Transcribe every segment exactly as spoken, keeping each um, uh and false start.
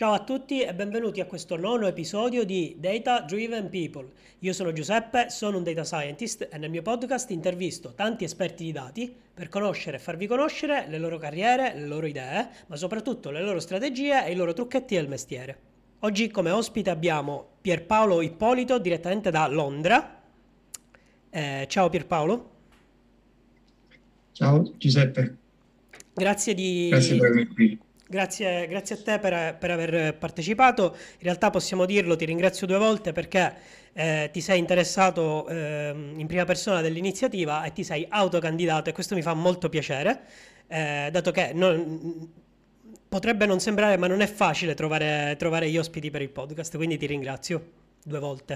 Ciao a tutti e benvenuti a questo nono episodio di Data Driven People. Io sono Giuseppe, sono un data scientist e nel mio podcast intervisto tanti esperti di dati per conoscere e farvi conoscere le loro carriere, le loro idee, ma soprattutto le loro strategie e i loro trucchetti del mestiere. Oggi come ospite abbiamo Pierpaolo Ippolito direttamente da Londra. Eh, ciao Pierpaolo, Ciao Giuseppe, grazie grazie di, per avermi qui. Grazie, grazie a te per, per aver partecipato. In realtà possiamo dirlo, ti ringrazio due volte perché eh, ti sei interessato ehm, in prima persona dell'iniziativa e ti sei autocandidato e questo mi fa molto piacere, eh, dato che non- potrebbe non sembrare, ma non è facile trovare, trovare gli ospiti per il podcast, quindi ti ringrazio due volte.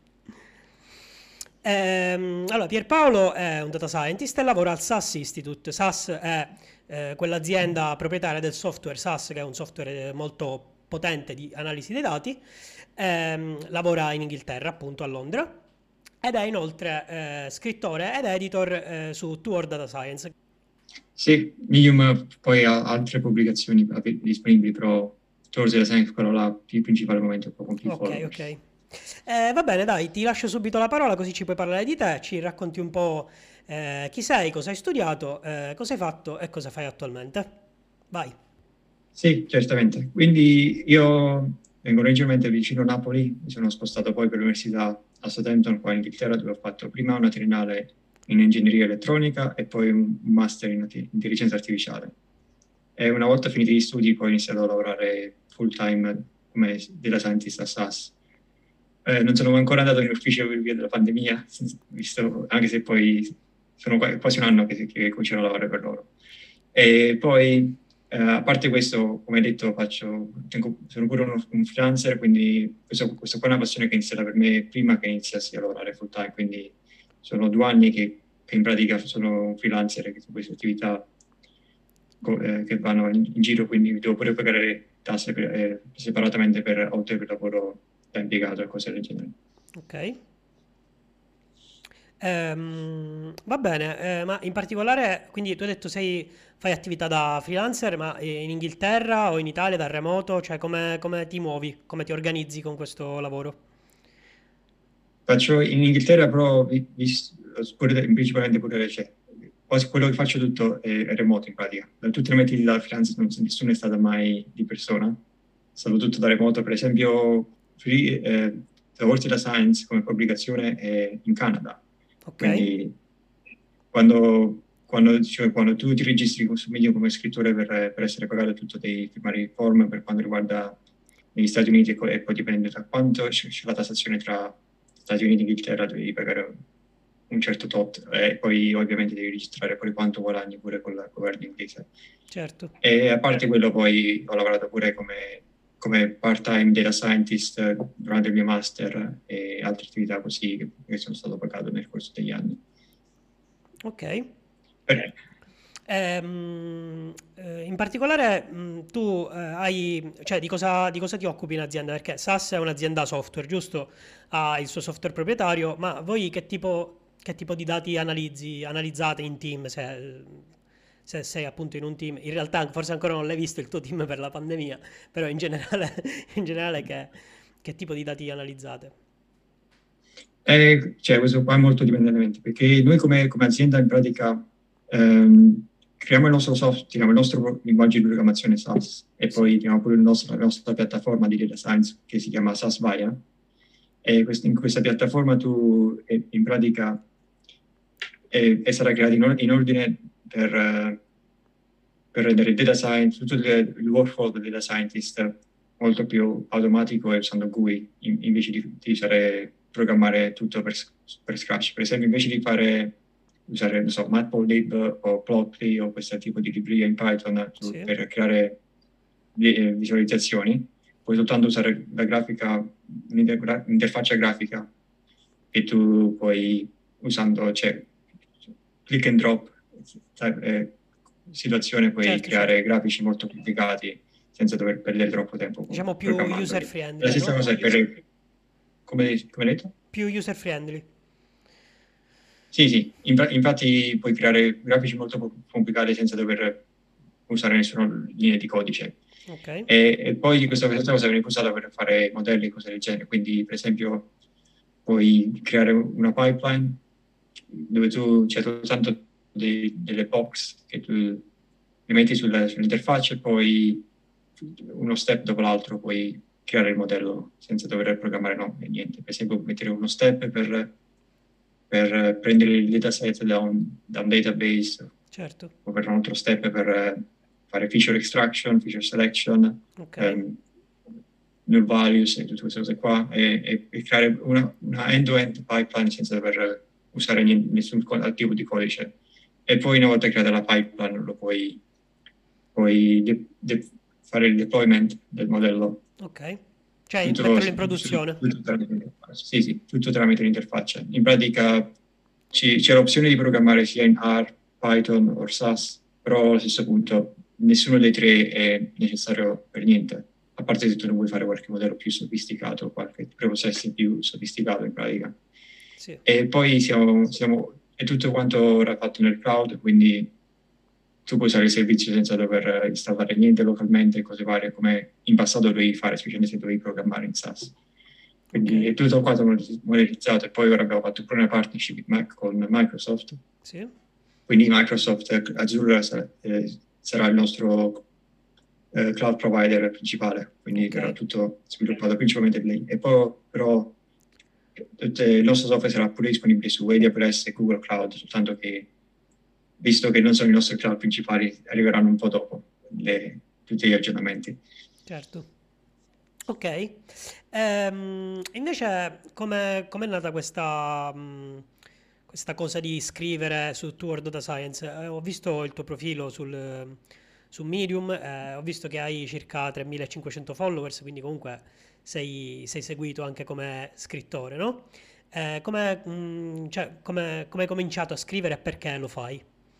Ehm, allora, Pierpaolo è un data scientist e lavora al S A S Institute. S A S è eh, quell'azienda proprietaria del software S A S, che è un software eh, molto potente di analisi dei dati. Ehm, lavora in Inghilterra, appunto a Londra, ed è inoltre eh, scrittore ed editor eh, su Two Word Data Science. Sì, Medium poi ha altre pubblicazioni ave- disponibili, però Torsi la Science, quello là, il principale momento è proprio con più Ok, ok. followers. Eh, va bene, dai, ti lascio subito la parola così ci puoi parlare di te, ci racconti un po' eh, chi sei, cosa hai studiato, eh, cosa hai fatto e cosa fai attualmente. Vai. Sì, certamente. Quindi io vengo leggermente vicino a Napoli, mi sono spostato poi per l'università a Southampton, qua in Inghilterra, dove ho fatto prima una triennale in ingegneria elettronica e poi un master in ati- intelligenza artificiale. E una volta finiti gli studi poi ho iniziato a lavorare full time come data scientist a S A S. Eh, non sono ancora andato in ufficio per via della pandemia, visto- anche se poi sono qua- quasi un anno che, che comincerò a lavorare per loro. E poi, eh, a parte questo, come hai detto, faccio, tengo- sono pure uno- un freelancer, quindi questo, questo qua è una passione che è iniziata per me prima che iniziassi a lavorare full time, quindi sono due anni che, che in pratica sono un freelancer che su queste attività co- eh, che vanno in, in giro, quindi devo pure pagare tasse per- eh, separatamente per auto per lavoro da impiegato e cose del genere. Ok. Ehm, va bene, eh, ma in particolare, quindi tu hai detto sei, fai attività da freelancer, ma in Inghilterra o in Italia da remoto, cioè come, come ti muovi, come ti organizzi con questo lavoro? Faccio in Inghilterra, però vi- vis- pure- principalmente pure, cioè, quasi quello che faccio tutto è, è remoto in pratica. Da tutte le metti da freelance non, nessuno è stato mai di persona, è stato tutto da remoto. Per esempio, Free, eh, The Horse Data Science come pubblicazione è in Canada, Ok, quindi quando, quando, cioè, quando tu ti registri su Medium come scrittore per, per essere pagato tutto, devi firmare il form per quanto riguarda negli Stati Uniti e, co- e poi dipende da quanto c'è c'è la tassazione tra Stati Uniti e Inghilterra, devi pagare un certo tot e poi ovviamente devi registrare pure quanto guadagni pure con il governo inglese. certo. E a parte quello poi ho lavorato pure come, come part-time data scientist eh, durante il mio master e altre attività così che, che sono stato pagato nel corso degli anni. Ok. Eh, Ehm, eh, in particolare, mh, tu eh, hai, cioè di cosa, di cosa ti occupi in azienda? Perché S A S è un'azienda software, giusto? Ha il suo software proprietario, ma voi che tipo, che tipo di dati analizzi, analizzate in team? Se, se sei appunto in un team, in realtà forse ancora non l'hai visto il tuo team per la pandemia, però in generale, in generale che, che tipo di dati analizzate? Eh, cioè, questo qua è molto dipendentemente, perché noi come, come azienda in pratica ehm, creiamo il nostro software, tiriamo il nostro linguaggio di programmazione S A S e poi Sì, tiriamo pure il nostro- la nostra piattaforma di data science che si chiama S A S Varia. E quest- in questa piattaforma tu eh, in pratica è, è stata creata in, or- in ordine per, eh, per rendere il data science, tutto il, il workflow del data scientist molto più automatico e usando G U I in- invece di, di usare, programmare tutto per, per Scratch. Per esempio, invece di fare, usare, non so, Matplotlib o Plotly o questo tipo di libreria in Python tu- sì, per creare vi- eh, visualizzazioni, puoi soltanto usare la grafica, un'inter- un'interfaccia grafica che tu puoi usando, cioè, click and drop, sai, eh, situazione, puoi certo, certo. creare grafici molto complicati senza dover perdere troppo tempo Diciamo più user programmandoli. La friendly, stessa no? cosa è per, come, come detto? Più user friendly. Sì, sì, Infa- infatti puoi creare grafici molto po- complicati senza dover usare nessuna linea di codice. Ok, E, e poi di questa questa cosa viene usata per fare modelli e cose del genere. Quindi, per esempio, puoi creare una pipeline dove tu c'è soltanto dei- delle box che tu li metti sulla- sull'interfaccia e poi uno step dopo l'altro puoi creare il modello senza dover programmare no, e niente. Per esempio, mettere uno step per, per prendere il dataset da un, da un database certo, o per un altro step per eh, fare feature extraction, feature selection, ok, ehm, null values e tutte queste cose qua e, e- e creare una, una end-to-end pipeline senza dover usare niente- nessun co- tipo di codice. E poi una volta creata la pipeline lo puoi, puoi de- de- fare il deployment del modello ok. Cioè tutto, metterlo in su- su- produzione. tutto tramite l'interfaccia. Sì, sì, tutto tramite l'interfaccia. In pratica ci- c'è l'opzione di programmare sia in R, Python o SAS, però allo stesso punto nessuno dei tre è necessario per niente, a parte se tu non vuoi fare qualche modello più sofisticato, qualche processing più sofisticato in pratica. Sì, E poi siamo, siamo- è tutto quanto ora fatto nel cloud, quindi tu puoi usare il servizio senza dover installare niente localmente, cose varie, come in passato dovevi fare, specialmente se dovevi programmare in SAS. ok, Quindi è tutto quanto monetizzato e poi ora abbiamo fatto pure una partnership Mac con Microsoft. sì, Quindi Microsoft Azure sarà, eh, sarà il nostro eh, cloud provider principale, quindi ok, verrà tutto sviluppato principalmente lì. E poi però tutte- il nostro software sarà pure disponibile su A W S e Google Cloud, soltanto che visto che non sono i nostri cloud principali, arriveranno un po' dopo le- tutti gli aggiornamenti. certo. Ok. Ehm, invece, come è nata questa, mh, questa cosa di scrivere su Tour Data Science? Eh, ho visto il tuo profilo sul, su Medium, eh, ho visto che hai circa tremilacinquecento followers, quindi comunque sei, sei seguito anche come scrittore, no? Eh, come, mh, cioè, come, come hai cominciato a scrivere e perché lo fai?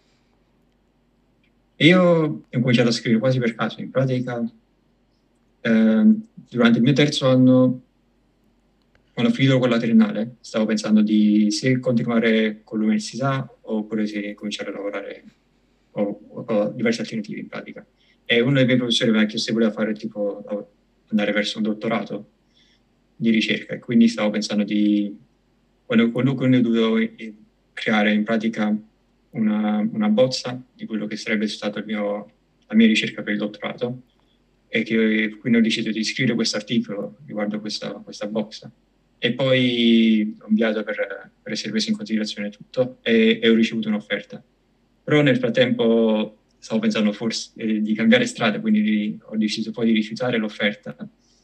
E io ho cominciato a scrivere quasi per caso, in pratica, ehm, durante il mio terzo anno, quando ho finito con la triennale, stavo pensando di se continuare con l'università oppure se cominciare a lavorare o, o diverse alternative in pratica. E uno dei miei professori mi ha chiesto se voleva fare tipo andare verso un dottorato di ricerca e quindi stavo pensando di quando, quando, quando ho dovuto eh, creare in pratica una, una bozza di quello che sarebbe stato il mio, la mia ricerca per il dottorato e che quindi ho deciso di scrivere questo articolo riguardo questa, questa box e poi ho inviato per, per essere preso in considerazione tutto e, e ho ricevuto un'offerta. Però nel frattempo stavo pensando forse eh, di cambiare strada, quindi di- ho deciso poi di rifiutare l'offerta.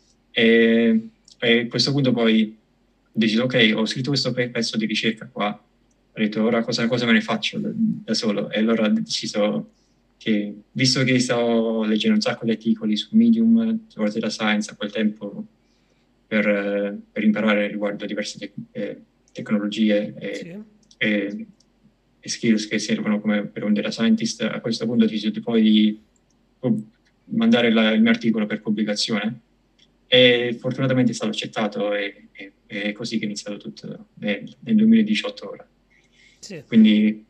E, e a questo punto poi ho deciso, ok, ho scritto questo pe- pezzo di ricerca qua, ho detto ora cosa, cosa me ne faccio da, da solo? E allora ho deciso che, visto che stavo leggendo un sacco di articoli su Medium, su Word Data Science a quel tempo, per, eh, per imparare riguardo diverse tec- eh, tecnologie e, Sì, e, e skills che servono come per un data scientist, a questo punto ho deciso poi di pub- mandare la- il mio articolo per pubblicazione e fortunatamente è stato accettato e, e- e è così che è iniziato tutto nel, nel duemiladiciotto ora. sì, Quindi,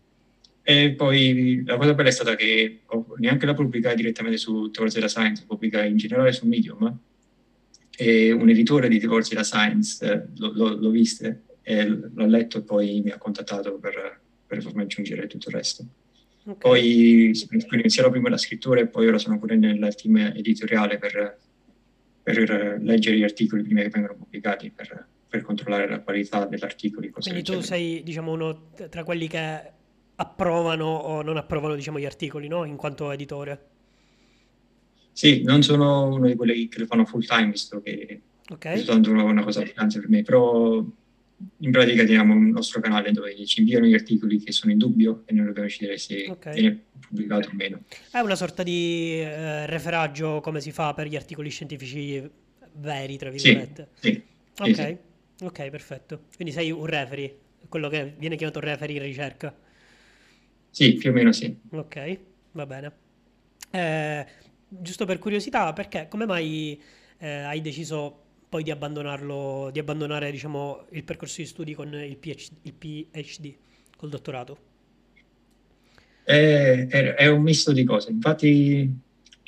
e poi la cosa bella è stata che ho- neanche la pubblicai direttamente su Towards Data Science, la pubblicai in generale su Medium e un editore di Divorzi da Science eh, lo, lo, lo viste e l'ho letto e poi mi ha contattato per, per farmi aggiungere tutto il resto. ok. Poi quindi inizierò prima la scrittura e poi ora sono pure nel team editoriale per, per leggere gli articoli prima che vengano pubblicati, per, per controllare la qualità degli articoli, cose Quindi del tu genere. sei, diciamo, uno t- tra quelli che approvano o non approvano, diciamo, gli articoli, no? In quanto editore. Sì, non sono uno di quelli che lo fanno full time, visto che Ok? è soltanto una, una cosa freelance per me, però in pratica teniamo un nostro canale dove ci inviano gli articoli che sono in dubbio e noi dobbiamo decidere se Ok. viene pubblicato o meno. È una sorta di eh, referaggio come si fa per gli articoli scientifici veri, tra Sì, virgolette. sì, sì, Ok, sì, ok, perfetto. Quindi sei un referee, quello che viene chiamato referee in ricerca. sì, più o meno sì. Ok, va bene. Eh, giusto per curiosità, perché come mai eh, hai deciso poi di abbandonarlo, di abbandonare, diciamo, il percorso di studi con il PhD, il PhD, col dottorato? È, è- è un misto di cose. Infatti,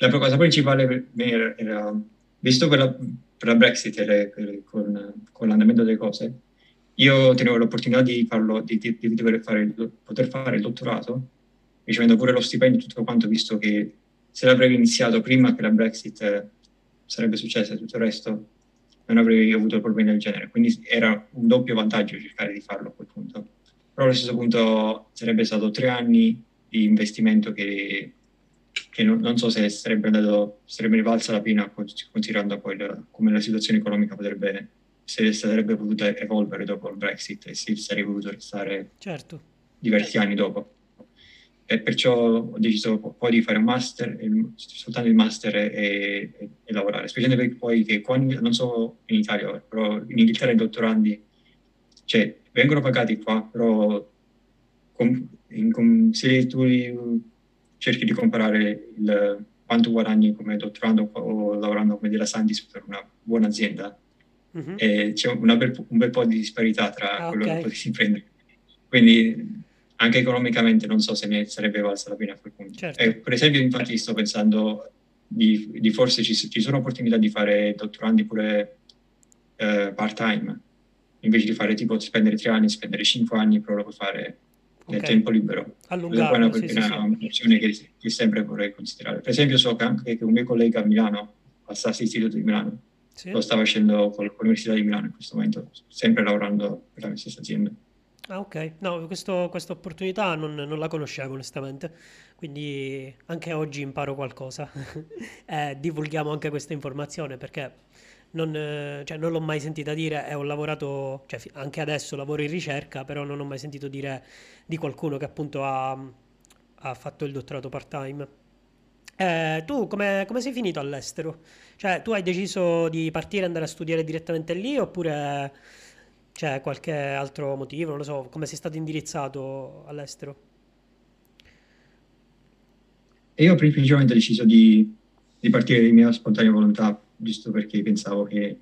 la cosa principale per me era, era- visto per la, per la Brexit e le- per- con, con l'andamento delle cose, io tenevo l'opportunità di farlo, di, di- di dover fare il- poter fare il dottorato, ricevendo pure lo stipendio e tutto quanto, visto che se l'avrei iniziato prima che la Brexit eh, sarebbe successa e tutto il resto, non avrei avuto problemi del genere. Quindi era un doppio vantaggio cercare di farlo a quel punto. Però allo stesso punto sarebbe stato tre anni di investimento che, che non, non so se sarebbe andato, sarebbe ne valsa la pena, considerando poi la- come la situazione economica potrebbe, se sarebbe potuta evolvere dopo il Brexit e se sarebbe potuto restare Certo. diversi anni dopo. E perciò ho deciso poi di fare un master, il- soltanto il master e, e- e lavorare, specialmente perché poi che quando, non so in Italia, però in Inghilterra i dottorandi, cioè, vengono pagati qua, però com- in- com- se tu cerchi di comparare il, quanto guadagni come dottorando o lavorando come della Scientist per una buona azienda, Mhm. eh, c'è una bel- un bel po' di disparità tra Ah, quello ok. che potresti prendere. Quindi anche economicamente non so se ne sarebbe valsa la pena a quel punto. Certo. E, per esempio, infatti sto pensando di, di forse ci, ci sono opportunità di fare dottorandi pure eh, part-time, invece di fare tipo spendere tre anni, spendere cinque anni, però lo puoi fare nel Ok. tempo libero. Quella poi è Allungarlo, una, sì, sì, sì. una- un'opzione che, che sempre vorrei considerare. Per esempio so che anche che un mio collega a Milano, al Sassi Istituto di Milano, Sì. lo sta facendo con con l'Università di Milano in questo momento, sempre lavorando per la mia stessa azienda. Ah, ok. No, questo- questa opportunità non, non la conoscevo onestamente, quindi anche oggi imparo qualcosa. Eh, divulghiamo anche questa informazione perché non, eh, cioè, non l'ho mai sentita dire e ho lavorato, cioè fi- anche adesso lavoro in ricerca, però non ho mai sentito dire di qualcuno che appunto ha, ha fatto il dottorato part-time. Eh, tu come, come sei finito all'estero? Cioè, tu hai deciso di partire e andare a studiare direttamente lì oppure c'è qualche altro motivo? Non lo so, come sei stato indirizzato all'estero? E io principalmente ho deciso di, di partire di mia spontanea volontà, giusto perché pensavo che,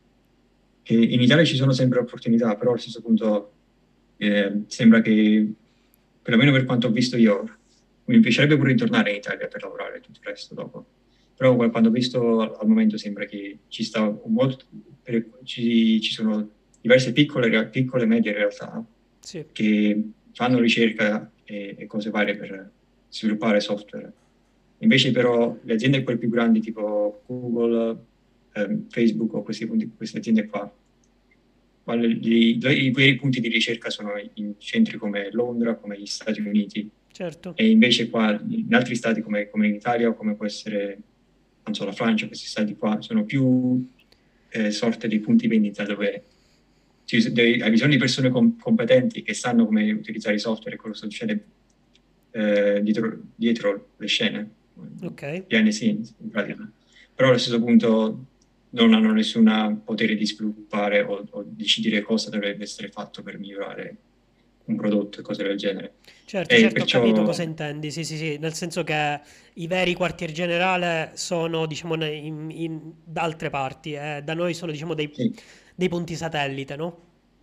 che in Italia ci sono sempre opportunità, però allo stesso punto eh, sembra che, perlomeno per quanto ho visto io, mi piacerebbe pure ritornare in Italia per lavorare e tutto il resto dopo. Però quando ho visto al, al momento sembra che ci sta un molto, per- ci, ci sono diverse piccole, rea- piccole e medie realtà Sì, che fanno ricerca e, e cose varie per sviluppare software. Invece però le aziende quelle più grandi tipo Google, ehm, Facebook o questi punti- queste aziende qua, quale- gli- i veri punti di ricerca sono in centri come Londra, come gli Stati Uniti, certo, e invece qua in altri stati come, come in Italia o come può essere, non so, la Francia, questi stati qua sono più eh, sorte di punti vendita dove ci- dove hai bisogno di persone com- competenti che sanno come utilizzare i software e cosa succede eh, dietro, dietro le scene, ok. behind the scenes, in pratica. Però allo stesso punto non hanno nessun potere di sviluppare o, o decidere cosa dovrebbe essere fatto per migliorare un prodotto e cose del genere. Certo, E certo, ho capito perciò cosa intendi. Sì, sì, sì, nel senso che i veri quartier generale sono, diciamo, ne- in, in- da altre parti, eh. Da noi sono, diciamo, dei, sì, dei punti satellite, no?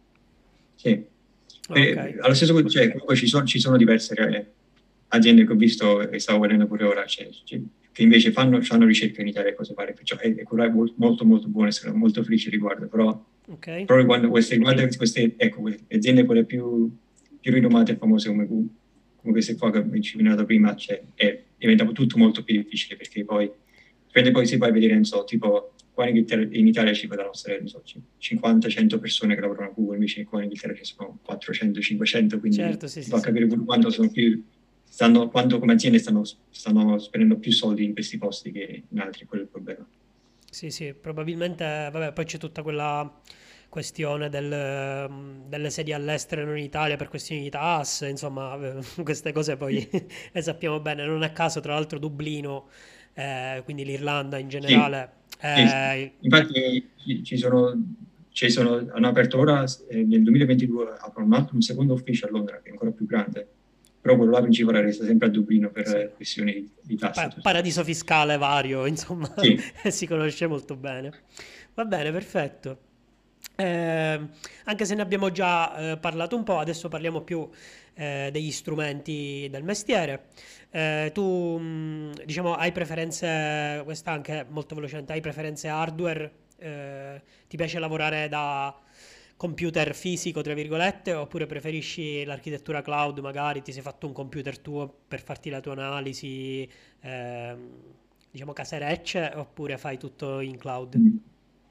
sì. Ah, ok, E allo stesso punto, cioè, comunque ci sono, ci sono diverse eh, aziende che ho visto e stavo vedendo pure ora, cioè, cioè, che invece fanno, fanno ricerca in Italia e cose varie, perciò è, è quella è mol- molto molto buona, sono molto felice riguardo, però ok, proprio quando queste, quando queste, ecco, queste aziende quelle più, più rinomate e famose come, Google, come queste qua che ho menzionato prima, cioè, è, diventa tutto molto più difficile perché poi, dipende poi se vai a vedere, non so, tipo qua in Inghilterra, in Italia ci potranno essere, non so, cinquanta cento persone che lavorano a Google, invece qua in Inghilterra ci sono quattrocento cinquecento, quindi certo, sì, si sì, fa sì. capire pure quanto sono più, stanno, quanto come aziende stanno, stanno spendendo più soldi in questi posti che in altri, quello è il problema. Sì, sì, probabilmente, vabbè, poi c'è tutta quella questione del, ehm, delle sedi all'estero e non in Italia per questioni di tasse, insomma, eh, queste cose poi Sì, le sappiamo bene. Non a caso, tra l'altro, Dublino, eh, quindi l'Irlanda in sì, generale, sì, sì. eh, Infatti ci, ci sono, ci sono, hanno aperto ora eh, nel duemilaventidue, aprono un altro, un secondo ufficio a Londra che è ancora più grande, però quello là principale resta sempre a Dublino per sì. eh, questioni di, di tasse Pa- e tutto il paradiso resto. fiscale vario, insomma, Sì, si conosce molto bene. Va bene, perfetto. Eh, Anche se ne abbiamo già eh, parlato un po', adesso parliamo più eh, degli strumenti del mestiere. Eh, tu, mh, diciamo, hai preferenze, questa anche molto velocemente, hai preferenze hardware? Eh, ti piace lavorare da computer fisico, tra virgolette, oppure preferisci l'architettura cloud? Magari ti sei fatto un computer tuo per farti la tua analisi, ehm, diciamo, caserecce, oppure fai tutto in cloud? Mm.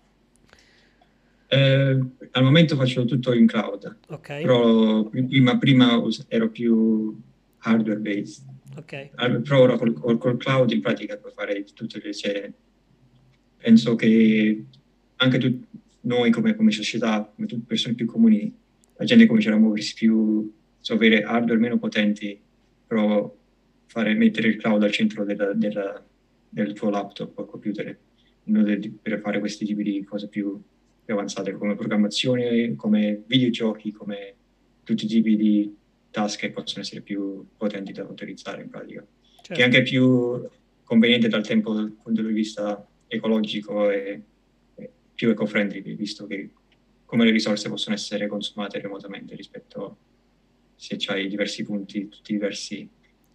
Eh, Al momento faccio tutto in cloud, Ok, però prima, prima us- ero più hardware based. ok, Al- Però ora col, col- col cloud in pratica puoi fare tutte le, cioè, penso che anche tu- noi come, come società, come tutte persone più comuni, la gente comincerà a muoversi più, so, avere hardware meno potenti, però fare, mettere il cloud al centro della- della- del tuo laptop o computer, in modo di- per fare questi tipi di cose più, più avanzate, come programmazione, come videogiochi, come tutti i tipi di task che possono essere più potenti da utilizzare in pratica, che è certo. anche più conveniente dal tempo, dal punto di vista ecologico e, e più eco-friendly, visto che come le risorse possono essere consumate remotamente rispetto a se hai diversi punti, tutti diversi,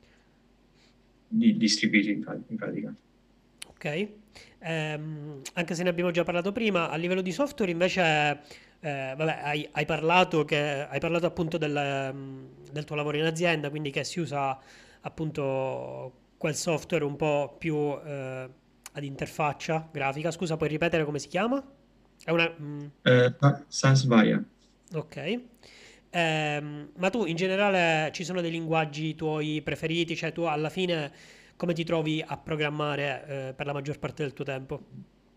di- distribuiti in, pra- in pratica. Ok. Ehm, anche se ne abbiamo già parlato prima, a livello di software invece, eh, vabbè, hai, hai parlato che, hai parlato appunto del, ehm, del tuo lavoro in azienda, quindi che si usa appunto quel software un po' più eh, ad interfaccia grafica. Scusa, puoi ripetere come si chiama? È una... mm, Eh, ma Sans Varia. ok. Ehm, ma tu in generale ci sono dei linguaggi tuoi preferiti? Cioè tu alla fine come ti trovi a programmare eh, per la maggior parte del tuo tempo?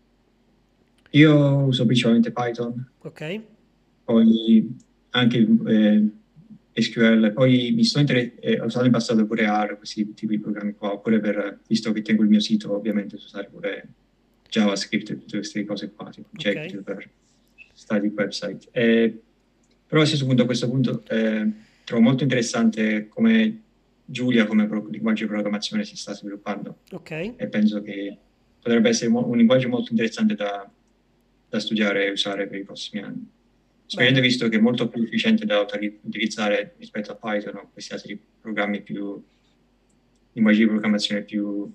Io uso principalmente Python, Ok? poi anche eh, S Q L, poi mi sto inter- eh, ho usato in passato pure R, questi tipi di programmi qua, oppure per, visto che tengo il mio sito, ovviamente so usare pure JavaScript e tutte queste cose qua, tipo Ok? Jekyll per static website. Eh, però allo stesso punto, a questo punto, eh, trovo molto interessante come Julia, come pro- linguaggio di programmazione, si sta sviluppando Ok? e penso che potrebbe essere mo- un linguaggio molto interessante da, da studiare e usare per i prossimi anni. Specialmente Bene. visto che è molto più efficiente da utili- utilizzare rispetto a Python o questi altri programmi più, linguaggi di programmazione più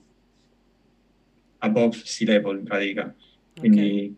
above sea level in pratica. Ok? Quindi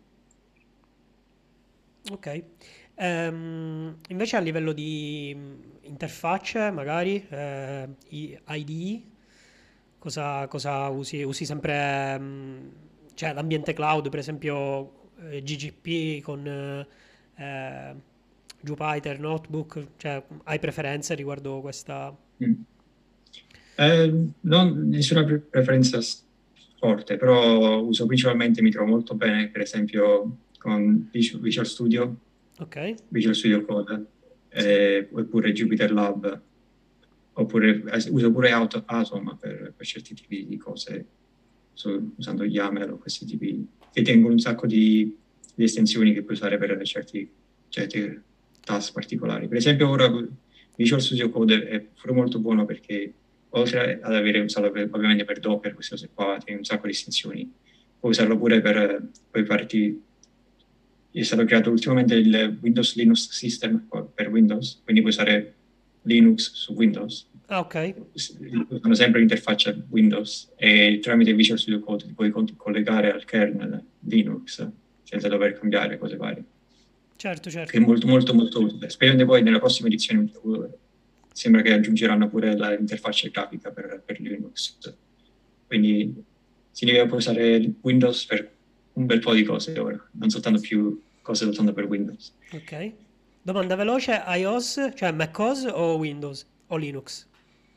Ok. Ehm, invece a livello di mm, interfacce, magari, eh, i I D E, cosa, cosa usi? Usi sempre, mm, cioè l'ambiente cloud, per esempio eh, G G P con eh, eh, Jupyter Notebook, cioè hai preferenze riguardo questa... mm. Eh, non, nessuna pre- preferenza s- forte, però uso principalmente, mi trovo molto bene, per esempio, con Visual Visual Studio, Ok? Visual Studio Code, Sì. eh, oppure Jupyter Lab, oppure eh, uso pure Auto- Atom per, per certi tipi di cose, so- usando YAML o questi tipi, che tengono un sacco di, di estensioni che puoi usare per certi, certi task particolari. Per esempio, ora Visual Studio Code è pure molto buono perché oltre ad avere usato per- ovviamente per Docker, queste cose qua, tiene un sacco di estensioni, puoi usarlo pure per, puoi farti, è stato creato ultimamente il Windows Linux System per Windows, quindi puoi usare Linux su Windows, Ah, ok. usano sempre l'interfaccia Windows e tramite Visual Studio Code ti puoi con- collegare al kernel Linux senza dover cambiare cose varie, Certo, che è certo. molto molto molto utile. Speriamo poi nella prossima edizione uh, sembra che aggiungeranno pure la- l'interfaccia grafica per, per Linux, quindi significa puoi usare Windows per un bel po' di cose ora, non soltanto più cose soltanto per Windows. Ok. Domanda veloce, iOS, cioè macOS o Windows o Linux?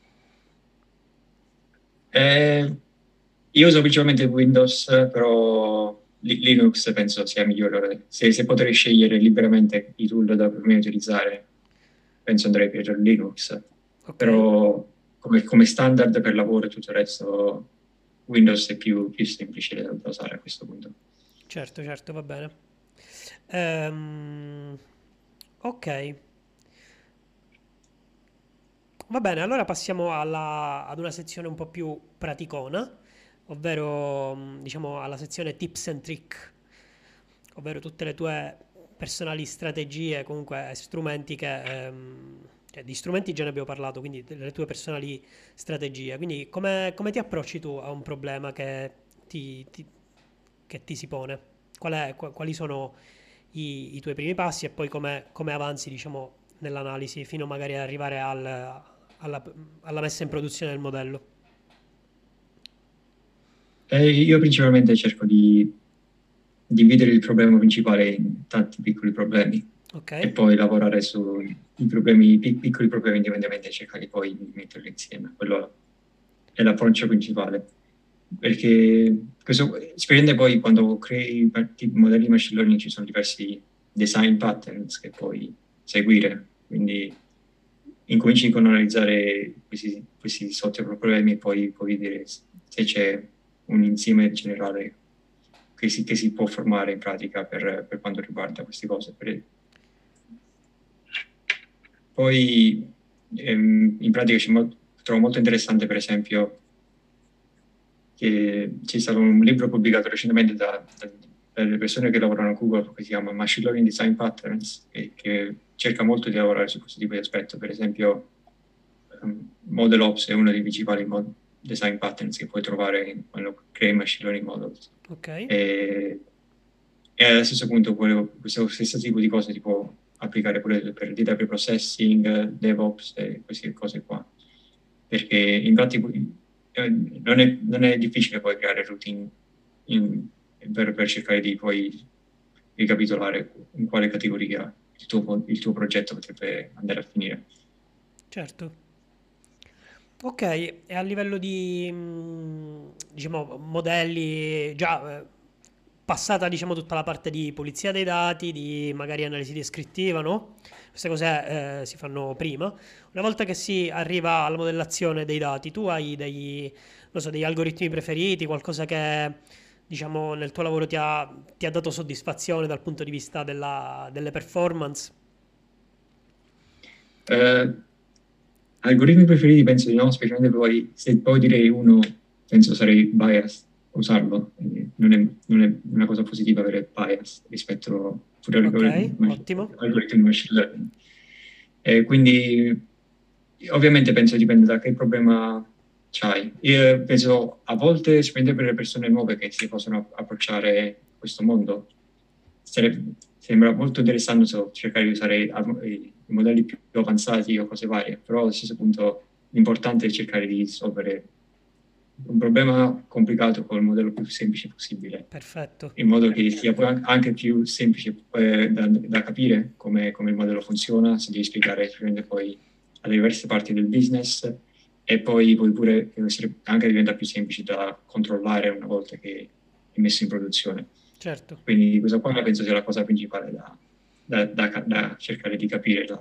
Eh, io uso principalmente Windows, però Li- Linux penso sia migliore. Se, se potrei scegliere liberamente i tool da per me utilizzare, penso andrei per Linux. Ok, Però come, come standard per lavoro e tutto il resto, Windows è più, più semplice da, da usare a questo punto. certo, certo, va bene. Ehm, ok, va bene, allora passiamo alla- ad una sezione un po' più praticona, ovvero mm, diciamo alla sezione tips and trick, ovvero tutte le tue personali strategie, comunque strumenti che... ehm, cioè, di strumenti già ne abbiamo parlato, quindi delle tue personali strategie. Quindi come, come ti approcci tu a un problema che ti, ti- che ti si pone? Qual è- qua- quali sono i, i tuoi primi passi e poi come, come avanzi, diciamo, nell'analisi fino magari ad arrivare al- alla, alla messa in produzione del modello? E io principalmente cerco di dividere il problema principale in tanti piccoli problemi Ok? e poi lavorare sui problemi, pi- piccoli problemi indipendentemente e cercare poi di metterli insieme. Quello è l'approccio principale. Perché questo, specialmente poi quando crei i modelli di machine learning ci sono diversi design patterns che puoi seguire. Quindi incominci con analizzare questi, questi sottoproblemi e poi puoi vedere se c'è un insieme generale che si, che si può formare in pratica per, per quanto riguarda queste cose. Per- poi ehm, in pratica c'è mo- trovo molto interessante, per esempio, che c'è stato un libro pubblicato recentemente da, da- dalle persone che lavorano a Google che si chiama Machine Learning Design Patterns e che cerca molto di lavorare su questo tipo di aspetto. Per esempio, um, Model Ops è uno dei principali mod- design patterns che puoi trovare in- quando crei machine learning models. Ok? E, e allo stesso punto quello- questo stesso tipo di cose si può applicare pure per data preprocessing, DevOps e queste cose qua. Perché in pratica eh, non è, non è difficile poi creare routine in- per, per cercare di poi ricapitolare in quale categoria il tuo, il tuo progetto potrebbe andare a finire. Certo. Ok, e a livello di, mm, diciamo, modelli, già eh, passata, diciamo, tutta la parte di pulizia dei dati, di magari analisi descrittiva, no? Queste cose eh, si fanno prima. Una volta che si arriva alla modellazione dei dati, tu hai degli, non so, degli algoritmi preferiti, qualcosa che, diciamo, nel tuo lavoro ti ha, ti ha dato soddisfazione dal punto di vista della- delle performance? Eh, Algoritmi preferiti penso di no, specialmente poi se poi direi uno, penso sarei bias a usarlo. Quindi non è, non è una cosa positiva avere bias rispetto pure Ok, all'algoritmo ottimo. algoritmi di machine learning. E quindi ovviamente penso dipende da che problema c'hai. Io penso a volte, specialmente per le persone nuove che si possono approcciare a questo mondo, sarebbe- sembra molto interessante so, cercare di usare ar- i modelli più, più avanzati o cose varie, però allo stesso punto l'importante è cercare di risolvere un problema complicato con il modello più semplice possibile, Perfetto. in modo che sia poi an- anche più semplice eh, da, da capire come, come il modello funziona, se devi spiegare effettivamente poi alle diverse parti del business e poi puoi pure essere, anche diventa più semplice da controllare una volta che è messo in produzione. Certo. Quindi questa qua penso sia la cosa principale da, da- da- da cercare di capire. Da-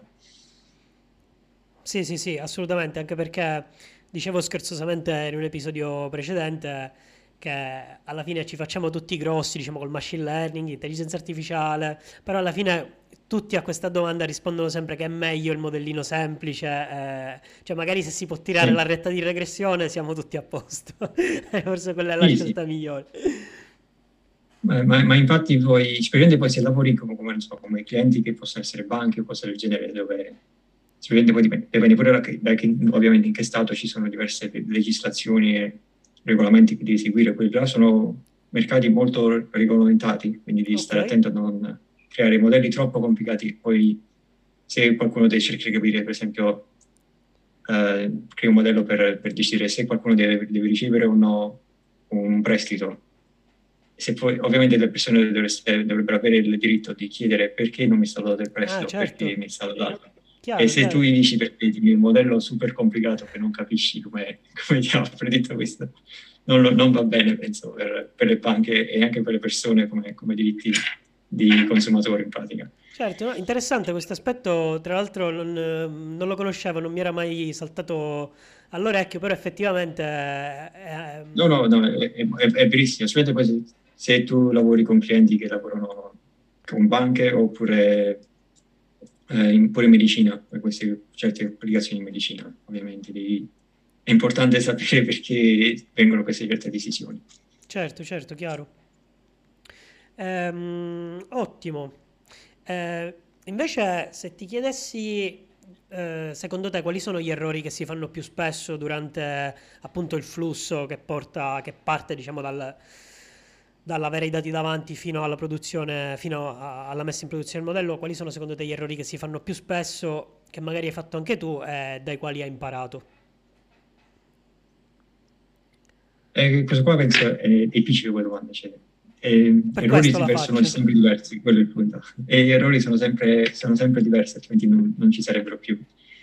Sì, sì, sì, assolutamente, anche perché dicevo scherzosamente in un episodio precedente che alla fine ci facciamo tutti grossi, diciamo, col machine learning, intelligenza artificiale, però alla fine tutti a questa domanda rispondono sempre che è meglio il modellino semplice, eh, cioè magari se si può tirare la Sì, retta di regressione siamo tutti a posto. Forse quella è la sì, sì. scelta migliore. Ma, ma- ma infatti poi, specialmente poi se lavori come, come, non so, come clienti che possono essere banche o cose del genere, dove specialmente poi dipende, dipende pure da, che, da che- ovviamente in che stato ci sono diverse le- legislazioni e regolamenti che devi seguire, quelli là sono mercati molto regolamentati, quindi devi Ok, stare attento a non creare modelli troppo complicati, poi se qualcuno deve cercare di capire, per esempio, eh, crei un modello per, per decidere se qualcuno deve, deve ricevere o no un prestito. Se poi, ovviamente le persone dovreste- dovrebbero avere il diritto di chiedere perché non mi è stato dato il ah prestito, perché certo, mi è stato dato. E chiaro, se tu chiaro. gli dici perché ti un modello super complicato che non capisci come, come ti ha predetto questo, non, lo- non va bene, penso, per, per le banche e anche per le persone come, come diritti di consumatori in pratica. Certo, no, interessante questo aspetto, tra l'altro non, eh, non lo conoscevo, non mi era mai saltato all'orecchio, però effettivamente eh, No, no, no, è, è, è verissimo. Specialmente poi se, se tu lavori con clienti che lavorano con banche oppure eh, in, pure in medicina, per queste certe applicazioni in medicina, ovviamente. Devi- è importante sapere perché vengono queste certe decisioni. certo, certo, chiaro. Ehm, ottimo. Eh, invece, se ti chiedessi, eh, secondo te, quali sono gli errori che si fanno più spesso durante appunto il flusso che porta, che parte, diciamo, dal, dall'avere i dati davanti fino alla produzione, fino a- alla messa in produzione del modello, quali sono secondo te gli errori che si fanno più spesso, che magari hai fatto anche tu e dai quali hai imparato? E questo qua penso è difficile come domanda, cioè, e, Per errori questo si la sono faccio. sempre diversi, quello è il punto. E gli errori sono sempre, sono sempre diversi, altrimenti non, non ci sarebbero più.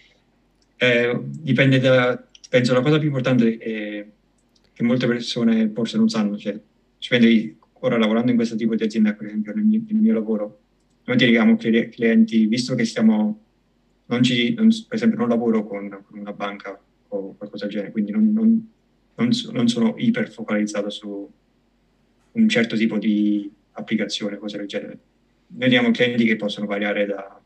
Eh, dipende da, penso la cosa più importante è che molte persone forse non sanno, cioè, dipende- ora lavorando in questo tipo di azienda, per esempio nel mio, nel mio lavoro, noi dirigiamo clienti, visto che stiamo, non ci, non- per esempio non lavoro con, con una banca o qualcosa del genere, quindi non, non- non so- non sono iper focalizzato su un certo tipo di applicazione, cose del genere. Noi diamo clienti che possono variare da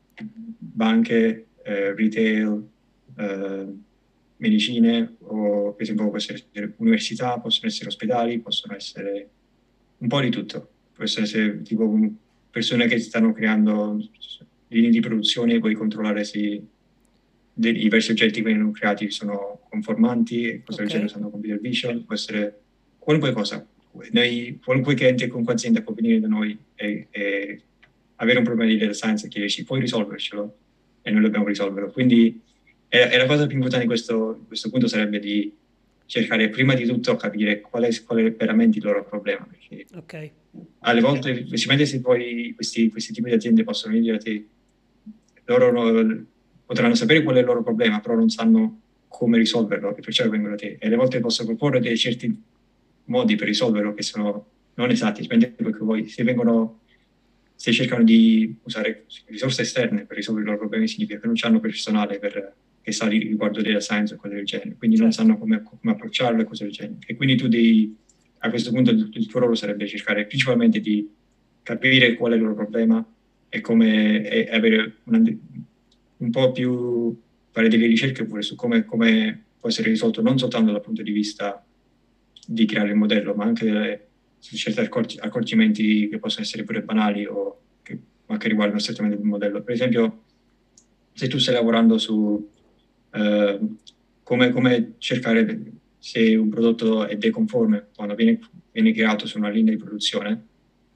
banche, eh, retail, eh, medicine, o per esempio possono essere università, possono essere ospedali, possono essere un po' di tutto. Possono essere tipo persone che stanno creando linee di produzione e puoi controllare se dei diversi oggetti che vengono creati sono conformanti, e cose del Ok, genere, usando computer vision, può essere qualunque cosa. Noi, qualunque cliente, qualunque azienda può venire da noi e, e avere un problema di data science e chiederci puoi risolvercelo e noi dobbiamo risolverlo. Quindi è, è la cosa più importante di questo, di questo punto sarebbe di cercare prima di tutto capire qual è, qual è veramente il loro problema, perché ok, alle volte, specialmente se poi questi, questi tipi di aziende possono dire a te, loro no- potranno sapere qual è il loro problema, però non sanno come risolverlo e perciò vengono a te. E alle volte possono proporre dei certi modi per risolverlo che sono non esatti, dipende perché poi se vengono, se cercano di usare risorse esterne per risolvere i loro problemi, significa che non hanno personale per, che sa di riguardo della science o cose del genere, quindi non certo. sanno come, come approcciarlo e cose del genere. E quindi tu devi, a questo punto il, il tuo ruolo sarebbe cercare principalmente di capire qual è il loro problema e come e avere una, un po' più, fare delle ricerche pure su come, come può essere risolto non soltanto dal punto di vista di creare il modello, ma anche su certi accorg- accorgimenti che possono essere pure banali o che, ma che riguardano strettamente il modello. Per esempio, se tu stai lavorando su eh, come, come cercare se un prodotto è deconforme quando viene, viene creato su una linea di produzione,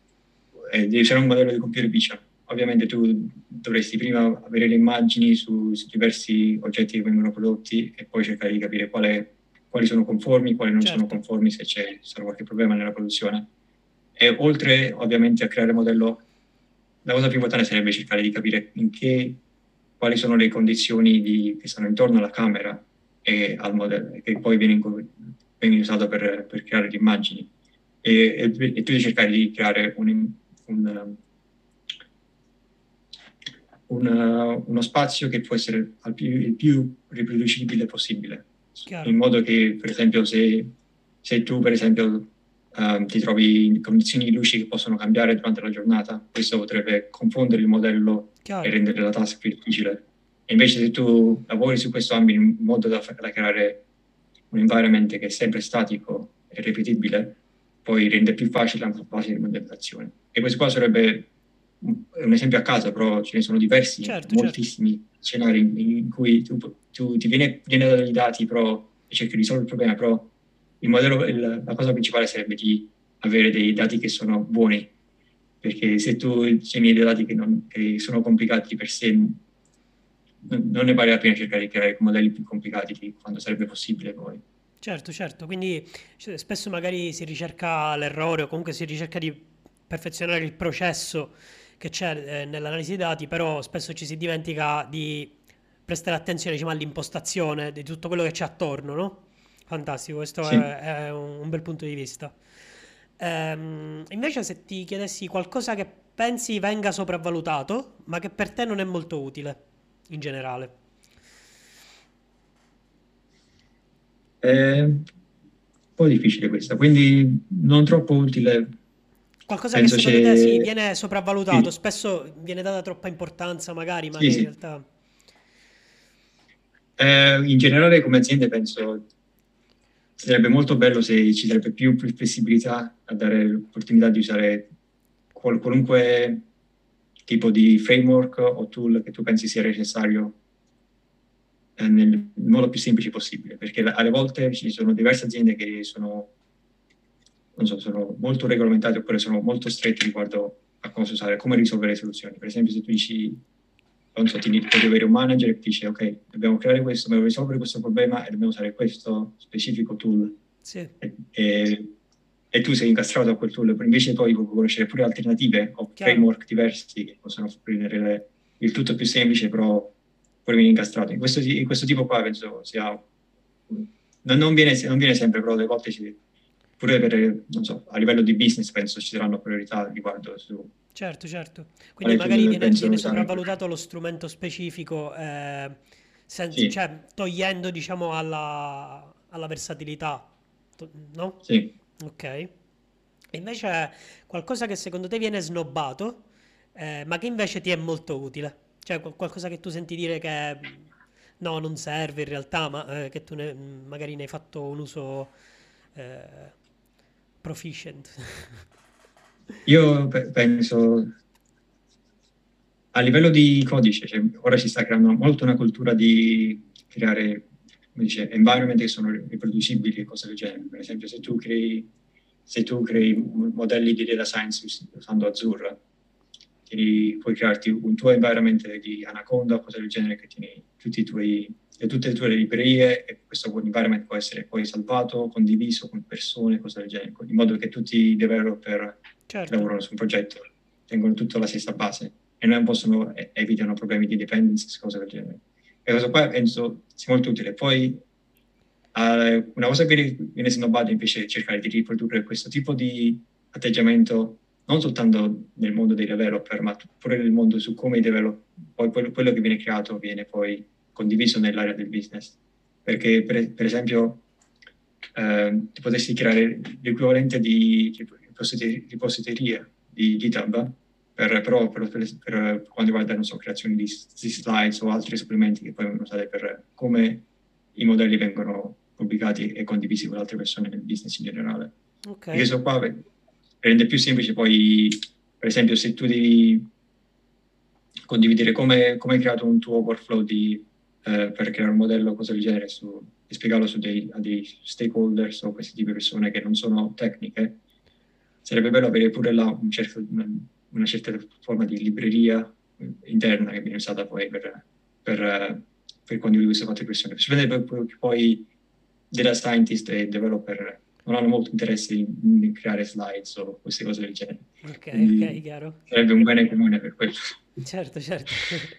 eh, devi usare un modello di computer vision. Ovviamente tu dovresti prima avere le immagini su, su diversi oggetti che vengono prodotti e poi cercare di capire quale, quali sono conformi, quali non sono Certo, conformi, se c'è se c'è qualche problema nella produzione. E oltre ovviamente a creare il modello, la cosa più importante sarebbe cercare di capire in che, quali sono le condizioni di, che stanno intorno alla camera e al modello, e che poi viene, in- viene usato per, per creare le immagini. E, e, e tu devi cercare di creare un, un, un- uno spazio che può essere al più- il più riproducibile possibile, in chiaro. modo che, per esempio, se, se tu, per esempio, ehm, ti trovi in condizioni di luce che possono cambiare durante la giornata, questo potrebbe confondere il modello e Chiaro. rendere la task più difficile. E invece se tu lavori su questo ambito in modo da, da creare un environment che è sempre statico e ripetibile, poi rende più facile la fase di modellazione. E questo qua sarebbe è un esempio a caso, però ce ne sono diversi, Certo, certo. moltissimi scenari in, in cui tu, tu ti viene, viene dai dati però, e cerchi di risolvere il problema, però il modello, il- la cosa principale sarebbe di avere dei dati che sono buoni, perché se tu tieni dei dati che, non, che sono complicati di per sé, non, non ne vale la pena cercare di creare modelli più complicati di quando sarebbe possibile poi. Certo, certo, quindi cioè, spesso magari si ricerca l'errore o comunque si ricerca di perfezionare il processo che c'è eh, nell'analisi dei dati, però spesso ci si dimentica di prestare attenzione, diciamo, all'impostazione di tutto quello che c'è attorno, no? Fantastico, questo Sì. è, è un, un bel punto di vista. Ehm, invece se ti chiedessi qualcosa che pensi venga sopravvalutato, ma che per te non è molto utile, in generale. È un po' difficile questa, quindi non troppo utile, Qualcosa che penso secondo te sì, c'è... viene sopravvalutato, Sì, spesso viene data troppa importanza magari, ma sì, che in sì. realtà... Eh, in generale come aziende penso sarebbe molto bello se ci sarebbe più, più flessibilità a dare l'opportunità di usare qual- qualunque tipo di framework o tool che tu pensi sia necessario eh, nel modo più semplice possibile, perché alle volte ci sono diverse aziende che sono, non so, sono molto regolamentate oppure sono molto strette riguardo a cosa usare, come risolvere le soluzioni. Per esempio, se tu dici, non so, ti devi avere un manager che dice, ok, dobbiamo creare questo, dobbiamo risolvere questo problema e dobbiamo usare questo specifico tool. Sì, E, e, e tu sei incastrato a quel tool, invece poi puoi conoscere pure alternative o chiaro. framework diversi che possono rendere le- il tutto più semplice, però poi vieni incastrato. In questo, in questo tipo qua penso sia... Non, non viene, non viene sempre, però delle volte ci, pure per, non so, a livello di business penso ci saranno priorità riguardo su Certo, certo. Quindi quale magari tool viene, penso viene usare. sopravvalutato lo strumento specifico, eh, senza- Sì, cioè togliendo, diciamo, alla, alla versatilità, To- no? sì. Ok. E invece qualcosa che secondo te viene snobbato, eh, ma che invece ti è molto utile. Cioè qual- qualcosa che tu senti dire che mh, no, non serve in realtà, ma eh, che tu ne- mh, magari ne hai fatto un uso eh, proficient. Io pe- penso a livello di codice, cioè, ora si sta creando molto una cultura di creare, come dice, environment che sono riproducibili e cose del genere. Per esempio, se tu crei, se tu crei modelli di data science us- usando Azure, ti- puoi crearti un tuo environment di Anaconda o cose del genere che tieni tutti i tuoi, e tutte le tue librerie e questo environment può essere poi salvato, condiviso con persone, cose del genere, in modo che tutti i developer che Certo, lavorano su un progetto tengono tutto alla stessa base e non possono, evitano problemi di dependencies, cose del genere. E questo qua penso sia molto utile. Poi eh, una cosa che viene, viene snobbato invece è cercare di riprodurre questo tipo di atteggiamento non soltanto nel mondo dei developer, ma pure nel mondo su come i developer, poi quello, quello che viene creato viene poi condiviso nell'area del business. Perché per, per esempio eh, ti potresti creare l'equivalente di ripositoria di GitHub per, però per, per, per quando riguarda, non so, creazione di, di slides o altri supplementi che poi vengono usati per come i modelli vengono pubblicati e condivisi con altre persone nel business in generale. ok, E questo qua rende più semplice poi, per esempio, se tu devi condividere come, come hai creato un tuo workflow di, eh, per creare un modello o cose del genere su, e spiegarlo su dei, a dei stakeholders o questi tipi di persone che non sono tecniche, sarebbe bello avere pure là un certo, una, una certa forma di libreria interna che viene usata poi per, per, eh, per condividere queste quattro persone. Specialmente poi, poi data scientist e developer non hanno molto interesse in, in creare slides o queste cose del genere. ok, ok, Quindi chiaro. sarebbe un bene comune per quello. Certo, certo.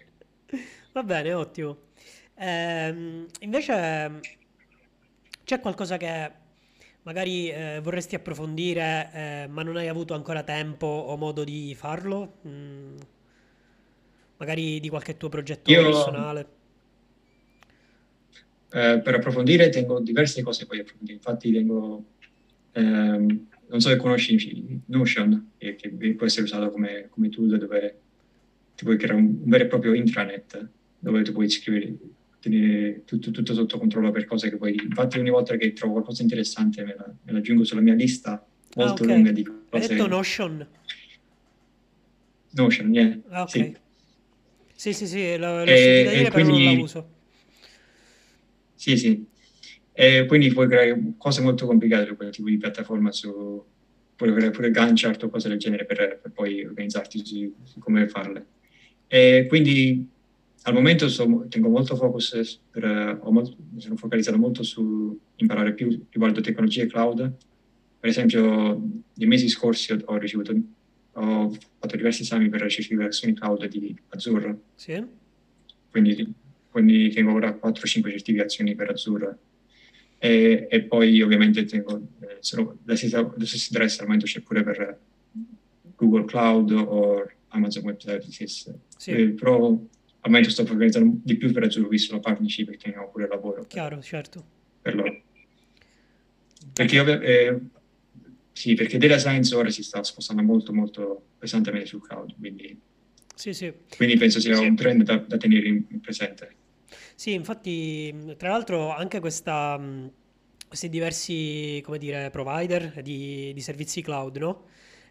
Va bene, ottimo. Ehm, invece c'è qualcosa che magari eh, vorresti approfondire, eh, ma non hai avuto ancora tempo o modo di farlo? Mm, magari di qualche tuo progetto Io personale. eh, per approfondire tengo diverse cose poi approfondire. Infatti tengo, ehm, non so se conosci Notion, che, che può essere usato come, come tool dove ti puoi creare un, un vero e proprio intranet, dove tu puoi scrivere, tenere tutto, tutto sotto controllo per cose che puoi. Infatti ogni volta che trovo qualcosa di interessante me la, me la aggiungo sulla mia lista Ah, molto ok. lunga di Hai detto cose. Notion? Notion, yeah, Ah, ok. sì. Sì, sì, sì, l'ho l'ho E, sentita e dire, però non la quindi uso. sì, sì. E quindi puoi creare cose molto complicate su quel tipo di piattaforma, su, puoi creare pure Gantt chart o cose del genere per, per poi organizzarti su, su come farle. E quindi al momento so- tengo molto focus, per, ho molto- mi sono focalizzato molto su imparare più riguardo tecnologie cloud. Per esempio, nei mesi scorsi ho, ho ricevuto, ho fatto diversi esami per la certificazione cloud di Azure, Sì? quindi, quindi tengo ora quattro cinque certificazioni per Azure. E, e poi ovviamente tengo, eh, sono, la stessa, lo stesso interesse al momento c'è pure per Google Cloud o Amazon Web Services. Sì, Eh, però al momento sto organizzando di più per Azure, visto la partnership, perché teniamo pure lavoro per, chiaro, certo. per loro. Perché, Anche... ovvia- eh, sì, perché data science ora si sta spostando molto molto pesantemente sul cloud, quindi, Sì, sì. quindi penso sia un trend da, da tenere in, in presente. Sì, infatti, mh, tra l'altro anche questa, mh, questi diversi, come dire, provider di, di servizi cloud, no?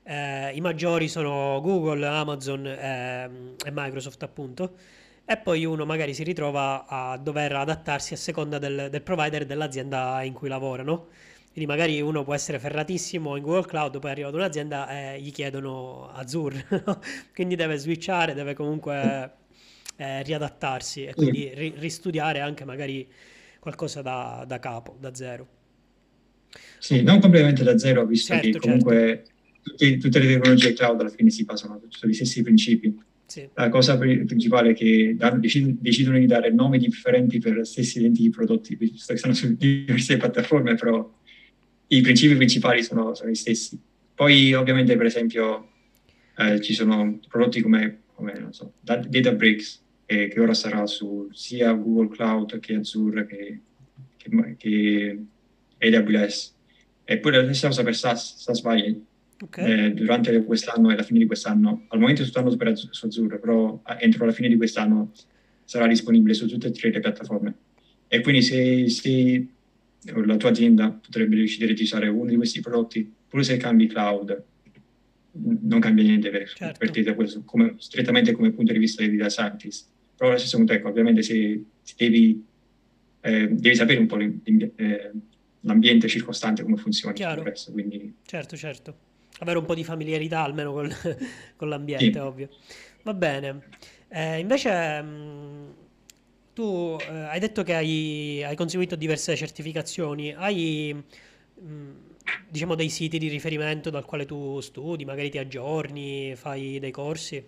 Eh, i maggiori sono Google, Amazon e, e Microsoft, appunto. E poi uno magari si ritrova a dover adattarsi a seconda del, del provider e dell'azienda in cui lavorano. Quindi magari uno può essere ferratissimo in Google Cloud, poi arriva ad un'azienda e gli chiedono Azure, no? Quindi deve switchare, deve comunque eh, riadattarsi e Sì, quindi ri- ristudiare anche magari qualcosa da, da capo, da zero. sì, Oh, non completamente da zero, visto che certo, certo, comunque tutti- tutte le tecnologie cloud alla fine si basano sugli stessi principi. sì, La cosa pri- principale è che danno- decid- decidono di dare nomi differenti per stessi identici prodotti, visto che stanno su diverse piattaforme, però i principi principali sono, sono gli stessi. Poi ovviamente, per esempio, eh, ci sono prodotti come, come, non so, Da- Databricks, che, che ora sarà su sia Google Cloud che Azure che, che, che A W S. Eppure la stessa cosa per SaaS, SaaS Buy, ok, eh, durante quest'anno e alla fine di quest'anno, al momento sto andando per Az- su Azure, però eh, entro la fine di quest'anno sarà disponibile su tutte e tre le piattaforme. E quindi se, se la tua azienda potrebbe decidere di usare uno di questi prodotti, pure se cambi cloud, non cambia niente per, per certo, te da questo, come, strettamente come punto di vista di data scientist. Però allo stesso punto, ecco, ovviamente se, se devi, eh, devi sapere un po' l'im- eh, l'ambiente circostante, come funziona e tutto il chiaro, resto, quindi certo, certo. Avere un po' di familiarità almeno col- con l'ambiente, sì. ovvio. Va bene. Eh, invece, mh, tu eh, hai detto che hai, hai conseguito diverse certificazioni. Hai, mh, diciamo, dei siti di riferimento dal quale tu studi, magari ti aggiorni, fai dei corsi?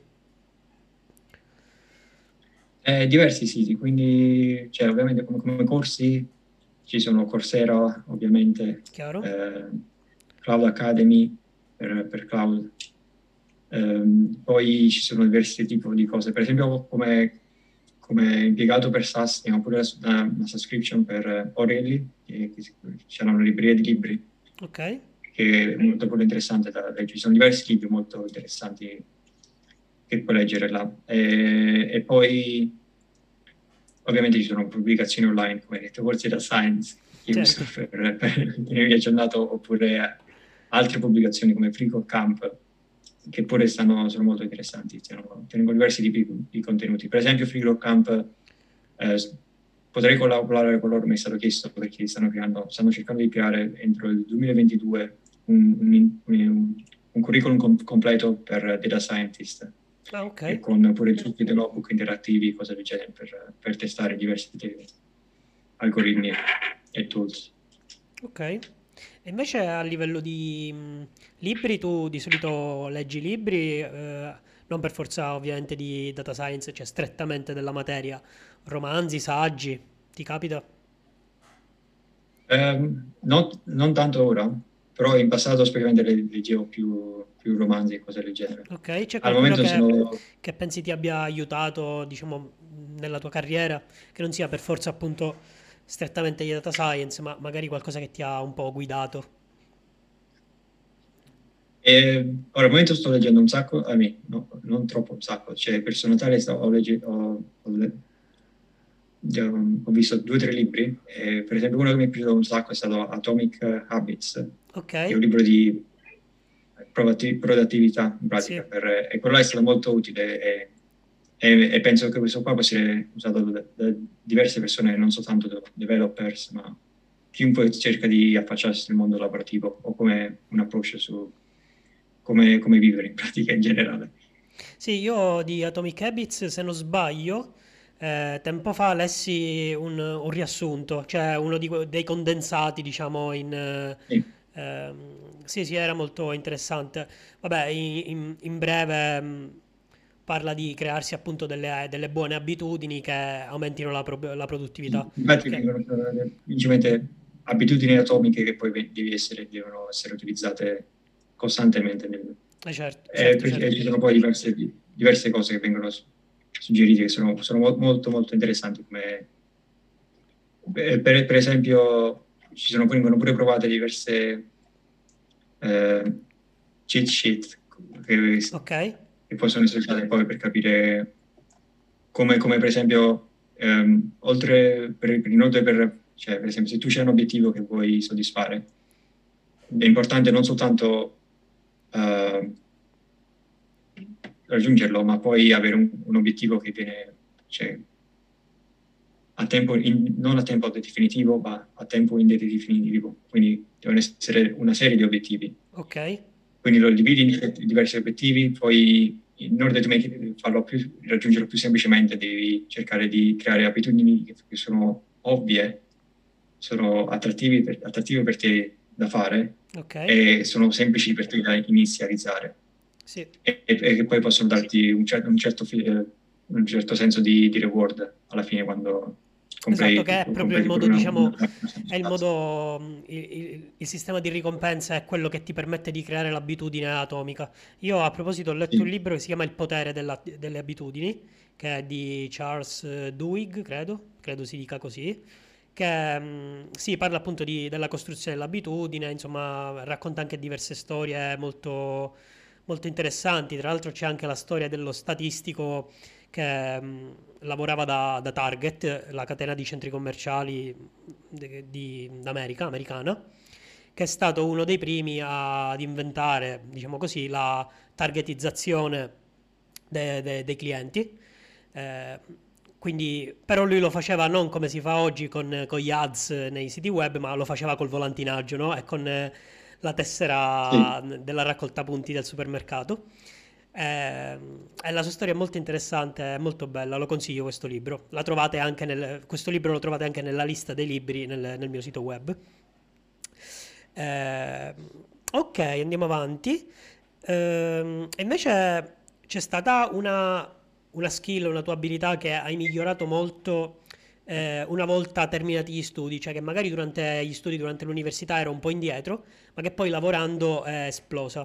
Eh, diversi siti, quindi cioè, ovviamente come, come corsi ci sono Coursera, ovviamente, Chiaro? eh, Cloud Academy per, per cloud. Ehm, poi ci sono diversi tipi di cose, per esempio come, come impiegato per SaaS abbiamo pure una, una subscription per eh, Orelli, che, che c'è una libreria di libri, Ok, che è molto, molto interessante da leggere. Ci sono diversi libri molto interessanti che puoi leggere là. E, e poi ovviamente ci sono pubblicazioni online come detto, corsi da Science che uso certo. per, per tenermi aggiornato, oppure altre pubblicazioni come Frico Camp che pure stanno, sono molto interessanti, tengono, tengono diversi tipi di contenuti. Per esempio Frico Camp eh, potrei collaborare con loro, mi è stato chiesto perché stanno, creando, stanno cercando di creare entro il duemilaventidue un, un, un, un curriculum com- completo per data scientist Ah, ok. e con pure tutti dei notebook interattivi, cose del genere, per, per testare diversi te- algoritmi e tools. Ok. E invece a livello di mh, libri, tu di solito leggi libri, eh, non per forza ovviamente di data science, cioè strettamente della materia, romanzi, saggi, ti capita? Ehm, non, non tanto ora, però in passato specialmente le- leggevo più, più romanzi e cose del genere. Ok, c'è Al qualcuno momento che, sono... che pensi ti abbia aiutato, diciamo, nella tua carriera, che non sia per forza appunto strettamente di data science, ma magari qualcosa che ti ha un po' guidato? E ora al momento sto leggendo un sacco, a me, no, non troppo un sacco, cioè per notare sto, ho, legge- ho, ho le- già, ho visto due o tre libri, e, per esempio uno che mi è piaciuto un sacco è stato Atomic Habits, Ok, che è un libro di provati- produttività in sì. pratica, per, e quello è stato molto utile e, e- e penso che questo qua può essere usato da, da diverse persone, non soltanto da developers, ma chiunque cerca di affacciarsi nel mondo lavorativo o come un approccio su come, come vivere in pratica in generale. Sì, io di Atomic Habits, se non sbaglio, eh, tempo fa lessi un, un riassunto, cioè uno di que- dei condensati, diciamo, in... eh, Sì. ehm, sì, sì, era molto interessante. Vabbè, in, in- in breve mh, parla di crearsi appunto delle, delle buone abitudini che aumentino la, pro- la produttività. Infatti Perché, vengono eh, principalmente abitudini atomiche che poi ve- devi essere, devono essere utilizzate costantemente. nel- eh, certo, e, certo, e certo. ci sono poi diverse, diverse cose che vengono su- suggerite che sono, sono mo- molto molto interessanti, come eh, per, per esempio ci sono, vengono pure provate diverse eh, cheat sheet che, Ok, che possono essere usate poi per capire come, come per esempio, ehm, oltre per, per, inoltre per, cioè, per esempio, se tu c'è un obiettivo che vuoi soddisfare, è importante non soltanto eh, raggiungerlo, ma poi avere un, un obiettivo che viene, cioè, a tempo in- non a tempo definitivo, ma a tempo indefinitivo. Quindi devono essere una serie di obiettivi. Ok, Quindi lo dividi in diversi obiettivi, poi in order to make it, farlo più, raggiungerlo più semplicemente, devi cercare di creare abitudini che, che sono ovvie, sono attrattivi per, attrattive per te da fare ok, e sono semplici per te da inizializzare sì. e, e che poi possono darti un, cer- un certo, fi- eh, un certo senso di, di reward alla fine quando Esatto, che completi, è proprio il completi modo, pure una, una, diciamo, è il una modo, mh, il, il- il sistema di ricompensa è quello che ti permette di creare l'abitudine atomica. Io a proposito ho letto un sì, libro che si chiama Il potere della- delle abitudini, che è di Charles eh, Duhigg, credo, credo si dica così, che mh, sì, parla appunto di- della costruzione dell'abitudine, insomma, racconta anche diverse storie molto, molto interessanti. Tra l'altro c'è anche la storia dello statistico che mh, lavorava da, da Target, la catena di centri commerciali de- di- d'America, americana, che è stato uno dei primi a- ad inventare, diciamo così, la targetizzazione de- de- dei clienti. Eh, quindi, però lui lo faceva non come si fa oggi con, con gli ads nei siti web, ma lo faceva col volantinaggio, no? E con eh, la sì. tessera della raccolta punti del supermercato. Eh, e la sua storia è molto interessante, è molto bella, lo consiglio questo libro. La trovate anche nel, questo libro lo trovate anche nella lista dei libri nel, nel mio sito web. Eh, ok, andiamo avanti. Ehm, e invece c'è stata una, una skill, una tua abilità che hai migliorato molto eh, una volta terminati gli studi, cioè che magari durante gli studi, durante l'università era un po' indietro, ma che poi lavorando è esplosa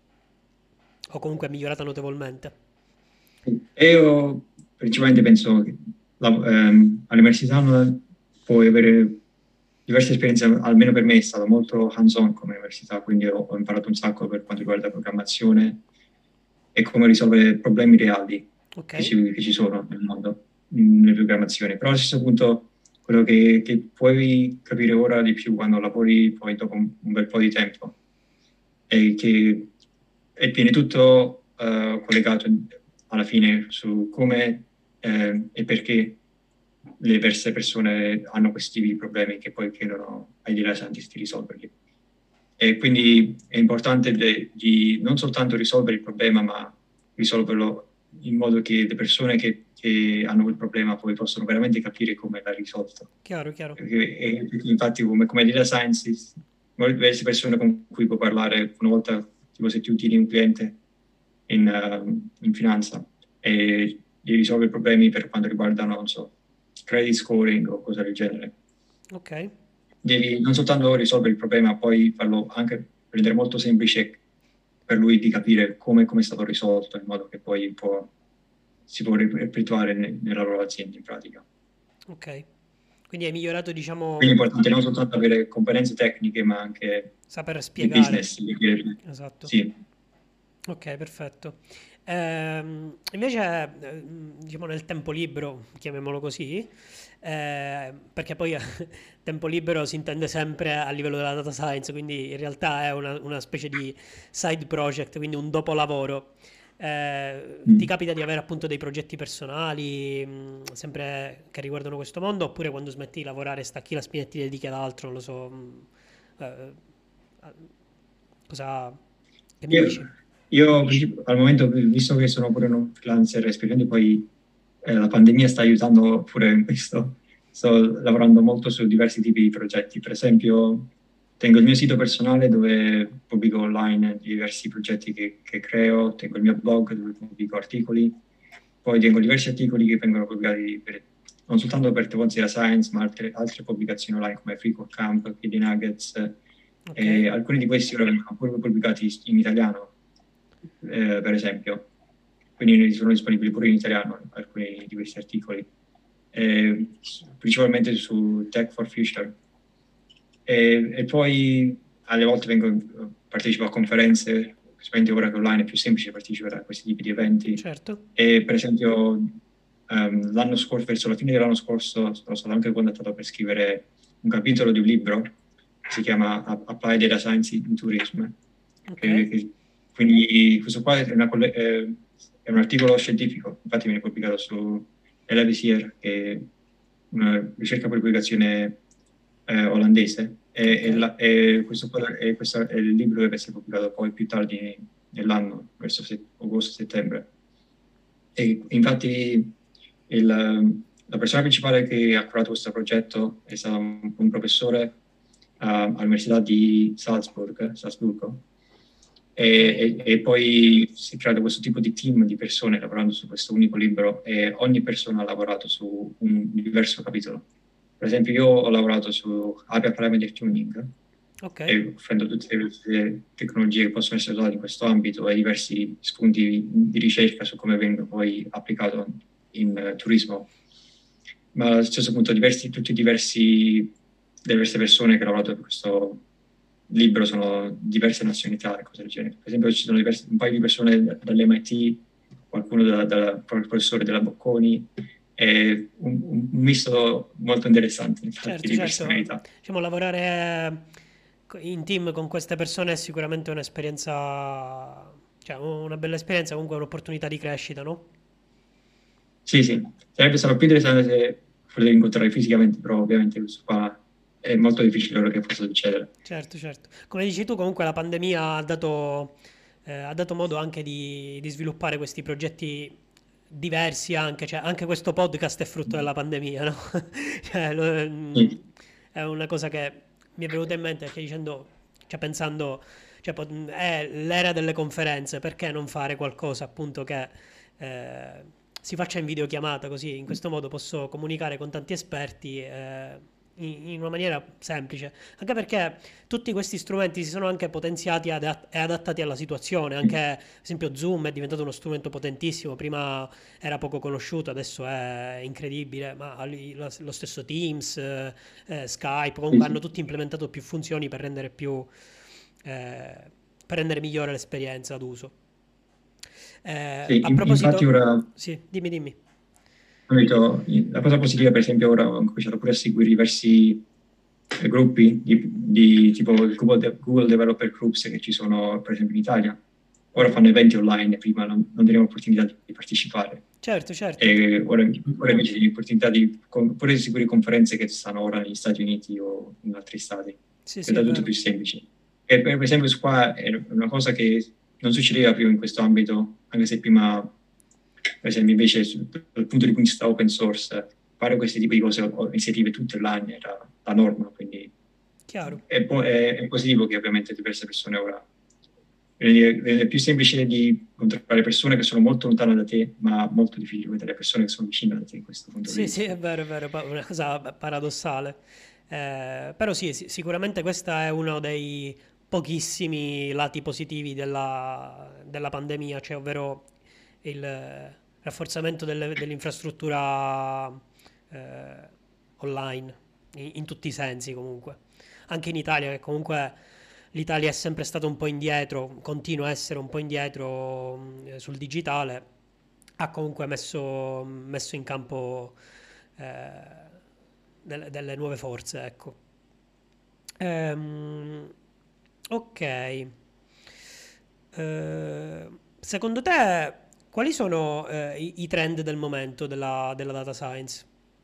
o comunque è migliorata notevolmente. E io principalmente penso che la- ehm, all'università non- puoi avere diverse esperienze, almeno per me è stato molto hands-on come università, quindi ho, ho imparato un sacco per quanto riguarda la programmazione e come risolvere problemi reali Ok? che ci, che ci sono nel mondo, in- nelle programmazioni. Però allo stesso punto quello che, che puoi capire ora di più quando lavori poi dopo un, un bel po' di tempo è che e viene tutto eh, collegato alla fine su come eh, e perché le diverse persone hanno questi tipi di problemi che poi chiedono ai data scientist di risolverli. E quindi è importante de- di non soltanto risolvere il problema, ma risolverlo in modo che le persone che, che hanno quel problema poi possano veramente capire come l'ha risolto. Chiaro, chiaro. Perché, e- perché infatti come, come data scientist, molte diverse persone con cui puoi parlare una volta, tipo se ti utili un cliente in, eh, in finanza e gli risolve i problemi per quanto riguardano, non so, credit scoring o cose del genere. Ok, Devi non soltanto risolvere il problema, poi farlo anche rendere molto semplice per lui di capire come, come è stato risolto, in modo che poi può, si può repertuare ne- nella loro azienda in pratica. ok. Quindi hai migliorato, Quindi diciamo, è importante non soltanto avere competenze tecniche, ma anche saper di spiegare. business. Di dire- Esatto. sì, Ok, perfetto. Ehm, invece, eh, diciamo nel tempo libero, chiamiamolo così, eh, perché poi tempo libero si intende sempre a livello della data science, quindi in realtà è una, una specie di side project, quindi un dopolavoro. Eh, ti mm. capita di avere appunto dei progetti personali, mh, sempre che riguardano questo mondo, oppure quando smetti di lavorare stacchi la spina e ti dedichi ad altro, non lo so. mh, eh, cosa... Che mi Io, dici? io, al momento, visto che sono pure un freelancer e specialmente poi eh, la pandemia sta aiutando pure in questo, sto lavorando molto su diversi tipi di progetti. Per esempio, tengo il mio sito personale dove pubblico online diversi progetti che, che creo, tengo il mio blog dove pubblico articoli, poi tengo diversi articoli che vengono pubblicati per- non soltanto per Tevozzi Data Science, ma altre, altre pubblicazioni online come FreeCodeCamp, K D Nuggets, Ok, e alcuni di questi ora vengono pure pubblicati in italiano, eh, per esempio. Quindi sono disponibili pure in italiano alcuni di questi articoli, eh, principalmente su Tech for Future. E, e poi alle volte vengo, partecipo a conferenze, specialmente ora che online è più semplice partecipare a questi tipi di eventi. certo. E per esempio ehm, l'anno scorso, verso la fine dell'anno scorso, sono stato anche contattato per scrivere un capitolo di un libro che si chiama Applied Data Science in Tourism, Ok, che, che quindi questo qua è, una colle- eh, è un articolo scientifico, infatti viene pubblicato su Elsevier, che è una ricerca per pubblicazione eh, olandese, e, Ok, e la- e questo, qua- e questo- e il libro deve essere pubblicato poi più tardi nell'anno, verso set- agosto-settembre. E infatti il- la persona principale che ha curato questo progetto è stato un, un professore eh, all'Università di Salzburg, Salzburgo, ok, e, e- e poi si è creato questo tipo di team di persone lavorando su questo unico libro e ogni persona ha lavorato su un diverso capitolo. Per esempio, io ho lavorato su Aria Parameter Tuning ok. e offrendo tutte le, le tecnologie che possono essere usate in questo ambito e diversi spunti di ricerca su come vengono poi applicato in eh, turismo. Ma allo stesso punto diversi, tutti diversi, diverse persone che hanno lavorato per questo libro sono diverse nazionalità e cose del genere. Per esempio ci sono diversi, un paio di persone dall'M I T, qualcuno da, da, professore della Bocconi, e un, un misto molto interessante infatti Certo, di certo. personalità. Diciamo, lavorare in team con queste persone è sicuramente un'esperienza, cioè una bella esperienza, comunque un'opportunità di crescita, no? Sì, sì, sarebbe stato più interessante se potevi incontrare fisicamente, però ovviamente questo qua è molto difficile ora che possa succedere. Certo, certo. Come dici tu, comunque la pandemia ha dato, eh, ha dato modo anche di, di sviluppare questi progetti diversi anche, cioè anche questo podcast è frutto della pandemia, no? Cioè, lo- mm, Sì, è una cosa che mi è venuta in mente perché dicendo, cioè pensando, cioè, pot- è l'era delle conferenze, perché non fare qualcosa appunto che eh, si faccia in videochiamata così, in questo modo posso comunicare con tanti esperti eh, in in una maniera semplice. Anche perché tutti questi strumenti si sono anche potenziati ed e adattati alla situazione. Anche, ad esempio, Zoom è diventato uno strumento potentissimo. Prima era poco conosciuto, adesso è incredibile. Ma li- lo lo stesso Teams, eh, eh, Skype, sì, comunque hanno sì. tutti implementato più funzioni per rendere più, eh, per rendere migliore l'esperienza d'uso. Eh, Sì, a in- infatti proposito, ora sì, dimmi, dimmi. ho detto, la cosa positiva, per esempio, ora ho cominciato pure a seguire diversi eh, gruppi di, di tipo il Google, De- Google Developer Groups che ci sono, per esempio, in Italia. Ora Mhm. fanno eventi online, prima non, non tenevo opportunità di, di partecipare. Certo, certo. E ora, ora invece ho l'opportunità di con- pure di seguire conferenze che stanno ora negli Stati Uniti o in altri stati, Sì, che è sì, è da tutto vero. più semplice. E per per esempio, su qua è una cosa che non succedeva più in questo ambito, anche se prima, per esempio, invece sul- dal punto di vista open source, fare questi tipi di cose o iniziative tutte online era la norma, quindi Chiaro. è, po- è- è positivo che ovviamente diverse persone ora rende, rende più semplice di incontrare persone che sono molto lontane da te, ma molto difficile vedere persone che sono vicine da te in questo punto di Sì, sì, vista. è vero, è vero, è pa- una cosa paradossale. Eh, però sì, sì, sicuramente questo è uno dei pochissimi lati positivi della, della pandemia, cioè ovvero il rafforzamento delle- dell'infrastruttura eh, online, in, in tutti i sensi comunque. Anche in Italia, che comunque l'Italia è sempre stata un po' indietro, continua a essere un po' indietro mh, sul digitale, ha comunque messo, messo in campo eh, delle, delle nuove forze, ecco. Ehm, ok. Eh, secondo te, quali sono eh, i, i trend del momento della, della data science?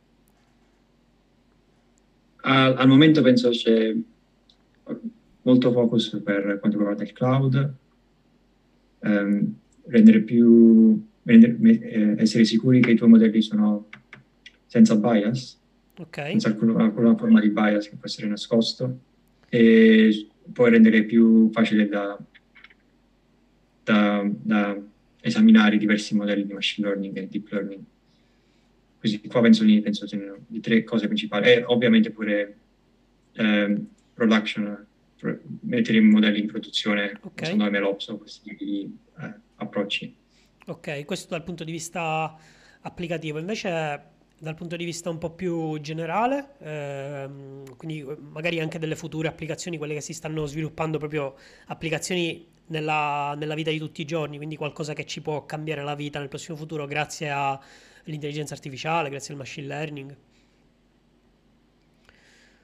Al, al momento penso c'è molto focus per quanto riguarda il cloud, ehm, rendere più, rendere- me- eh, essere sicuri che i tuoi modelli sono senza bias, Ok, senza alcuna, alcuna forma di bias che può essere nascosto, e poi rendere più facile da, da- da esaminare i diversi modelli di machine learning e deep learning. Quindi qua penso, di- penso siano le tre cose principali. E ovviamente pure ehm, production, pro- mettere i modelli in produzione ok, usando MLOps o questi tipi di eh, approcci. ok. Questo dal punto di vista applicativo. Invece, dal punto di vista un po' più generale, ehm, quindi eh, magari anche delle future applicazioni, quelle che si stanno sviluppando proprio applicazioni nella, nella vita di tutti i giorni, quindi qualcosa che ci può cambiare la vita nel prossimo futuro grazie all'intelligenza artificiale, grazie al machine learning.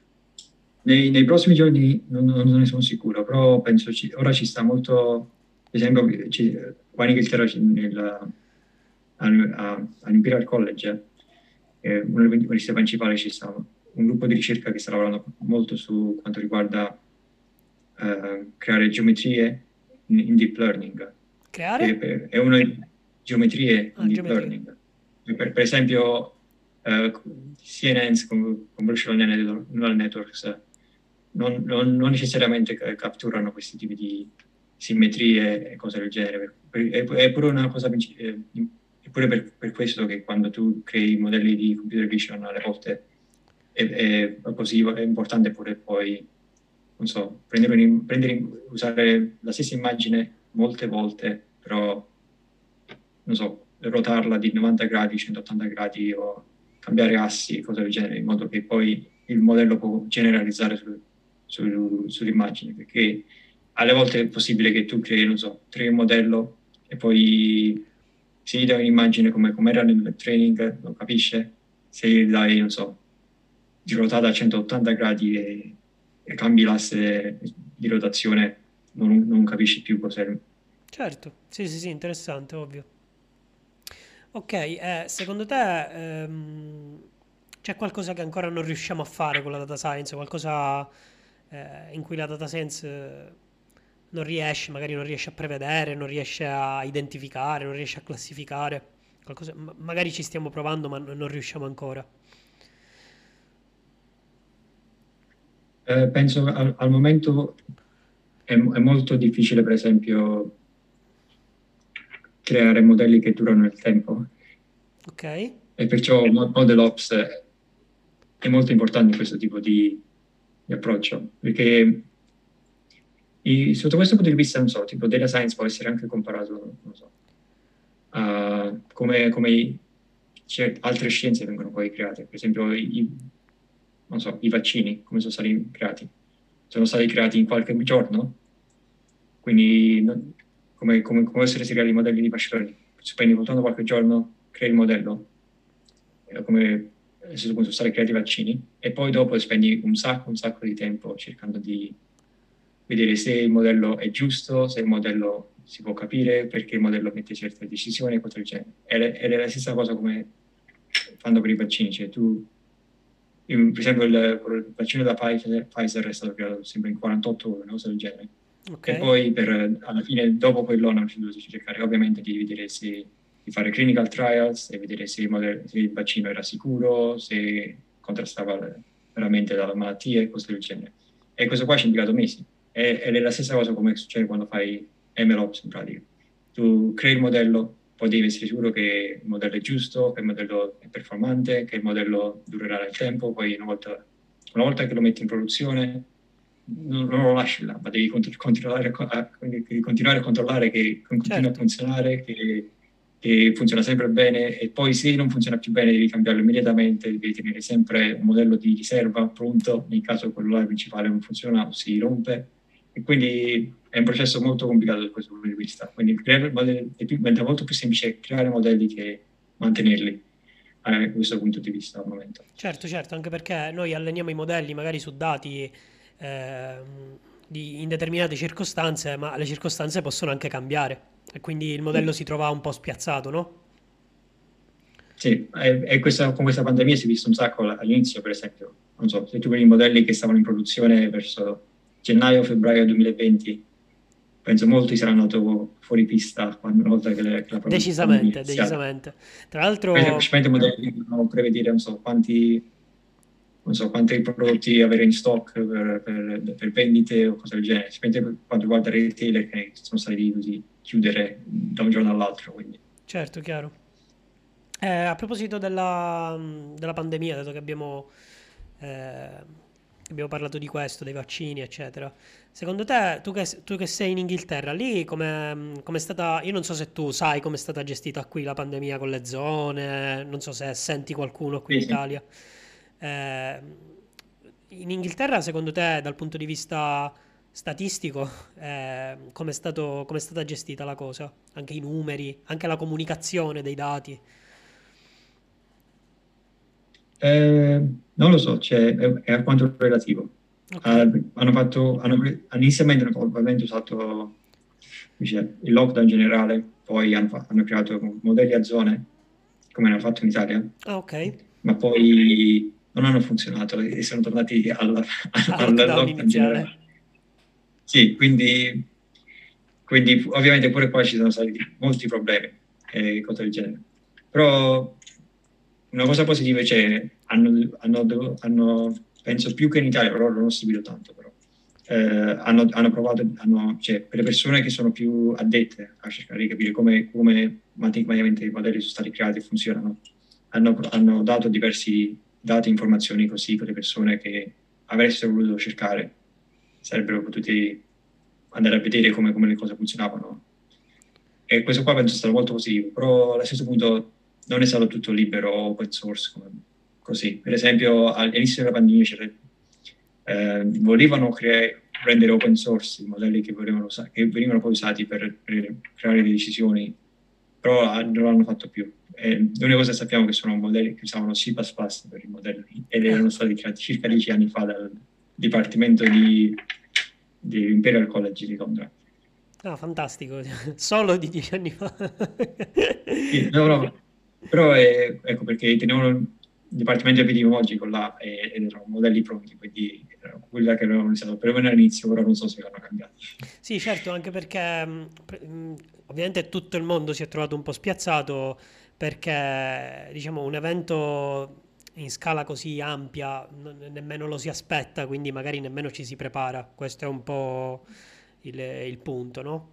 Nei, nei prossimi giorni non, non ne sono sicuro, però penso ci, ora ci sta molto. esempio, ci- qua in Inghilterra c'è nel- al- a- all'Imperial College, eh, una delle università principali, ci sta un gruppo di ricerca che sta lavorando molto su quanto riguarda eh, creare geometrie in, in deep learning, Creare? che per- è una di geometrie in Ah, deep geometria. learning. Per, per esempio, eh, C N Ns, con Convolutional Neural Neural Networks, non, non- non necessariamente ca- catturano questi tipi di simmetrie e cose del genere. Per- È, è pure una cosa, princi- eh, è pure per, per questo che quando tu crei modelli di computer vision alle volte è, è così è importante pure poi, non so, prendere, un- prendere- usare la stessa immagine molte volte, però, non so, rotarla di novanta gradi, centottanta gradi o cambiare assi, cose del genere, in modo che poi il modello può generalizzare su- su- sull'immagine, perché alle volte è possibile che tu crei, non so, crei un modello e poi se gli dai un'immagine come, come era nel training, lo capisce, se gli dai, non so, di ruotata a centottanta gradi e, e cambi l'asse di rotazione, non, non capisci più cos'è. Certo, sì, sì, sì, interessante, ovvio. Ok, eh, secondo te ehm, c'è qualcosa che ancora non riusciamo a fare con la data science, qualcosa eh, in cui la data science eh, non riesce, magari non riesce a prevedere, non riesce a identificare, non riesce a classificare, qualcosa, ma- magari ci stiamo provando ma non non riusciamo ancora. Eh, penso al, al momento è, è molto difficile, per esempio, creare modelli che durano nel tempo Ok? e perciò Mo- Model Ops è molto importante in questo tipo di, di approccio, perché i- sotto questo punto di vista, non so, tipo data science può essere anche comparato, non so, a come, come i- cer- altre scienze vengono poi create, per esempio i, i- non so, i vaccini, come sono stati creati. Sono stati creati in qualche giorno, quindi non- come, come, come essere creati i modelli di machine learning. Spendi soltanto qualche giorno, crei il modello, eh, come a questo punto sono stati creati i vaccini, e poi dopo spendi un sacco, un sacco di tempo cercando di vedere se il modello è giusto, se il modello si può capire, perché il modello mette certe decisioni e cose del genere. Ed è, ed è la stessa cosa come fanno per i vaccini, cioè tu, io, per esempio il, il vaccino da Pfizer, Pfizer è stato creato sempre in quarantotto ore, una cosa del genere, Ok? e poi per, alla fine, dopo quello, hanno deciso di cercare ovviamente di vedere se, di fare clinical trials e vedere se il, modello, se il vaccino era sicuro, se contrastava le- veramente dalle malattie e cose del genere. E questo qua ci ha impiegato mesi. E- ed è la stessa cosa come succede quando fai M L Ops in pratica. Tu crei il modello, poi devi essere sicuro che il modello è giusto, che il modello è performante, che il modello durerà nel tempo, poi una volta, una volta che lo metti in produzione non, non lo lasci là, ma devi cont- controllare, a, devi continuare a controllare che continua a Certo, funzionare, che, che funziona sempre bene, e poi se non funziona più bene devi cambiarlo immediatamente, devi tenere sempre un modello di riserva pronto nel caso quello là principale non funziona o si rompe. E quindi è un processo molto complicato da questo punto di vista. Quindi creare modelli, è più- diventa molto più semplice creare modelli che mantenerli, eh, da questo punto di vista al momento. certo, certo, anche perché noi alleniamo i modelli magari su dati ehm, di- in determinate circostanze, ma le circostanze possono anche cambiare e quindi il modello Sì. si trova un po' spiazzato, no? Sì, e, e questa- con questa pandemia si è visto un sacco all'inizio, per esempio, non so, se tu vedi i modelli che stavano in produzione verso gennaio-febbraio duemilaventi, penso molti saranno andati fuori pista quando, una volta che, le- che la pandemia è Decisamente, iniziata. decisamente. Tra Poi l'altro, semplicemente modelli che dovevano prevedere, non so, quanti, non so, quanti prodotti avere in stock per, per- per vendite o cose del genere, semplicemente per quanto riguarda i retailer che sono stati dovuti chiudere da un giorno all'altro, quindi. certo, chiaro. Eh, a proposito della, della pandemia, dato che abbiamo, eh, abbiamo parlato di questo, dei vaccini, eccetera, secondo te, tu che, tu che sei in Inghilterra, lì come è stata, io non so se tu sai come è stata gestita qui la pandemia con le zone, non so se senti qualcuno qui in Sì, sì. Italia. Eh, in Inghilterra, secondo te, dal punto di vista statistico, eh, come è stato, come è stata gestita la cosa? Anche i numeri, anche la comunicazione dei dati. Eh, non lo so, cioè, è, è alquanto relativo. Ok, Eh, hanno fatto, hanno, pre- inizialmente hanno ovviamente usato dice, il lockdown generale, poi hanno, fa- hanno creato modelli a zone, come hanno fatto in Italia, Ah, ok. ma poi non hanno funzionato e sono tornati al, Al al lockdown lockdown iniziale. generale. Sì, quindi, quindi ovviamente pure qua ci sono stati molti problemi e cose del genere. Però una cosa positiva c'è, hanno, hanno, hanno, penso più che in Italia, però non ho seguito tanto, però, eh, hanno, hanno provato, hanno, cioè, per le persone che sono più addette a cercare di capire come, come matematicamente i modelli sono stati creati e funzionano, hanno, hanno dato diversi dati e informazioni così che le persone che avessero voluto cercare sarebbero potuti andare a vedere come, come le cose funzionavano. E questo qua penso sia stato molto positivo, però allo stesso punto non è stato tutto libero o open source. Come, così. Per esempio, all'inizio della pandemia eh, volevano cre- rendere open source i modelli che, usa- che venivano poi usati per, per creare le decisioni, però non l'hanno fatto più. E l'unica cosa che sappiamo è che sono modelli che usavano C plus plus per i modelli ed Ah, erano stati creati circa dieci anni fa dal Dipartimento di, di Imperial College di Londra. ah, fantastico. Solo di dieci anni fa. Sì, no, no, però è, ecco perché tenevano il Dipartimento Epidemiologico là e- ed erano modelli pronti, quindi erano quelli che avevano iniziato perlomeno all'inizio, ora non so se l'hanno cambiati. Sì, certo, anche perché mh, pre- mh, ovviamente tutto il mondo si è trovato un po' spiazzato perché, diciamo, un evento in scala così ampia non- nemmeno lo si aspetta, quindi magari nemmeno ci si prepara. Questo è un po' il, il punto, no?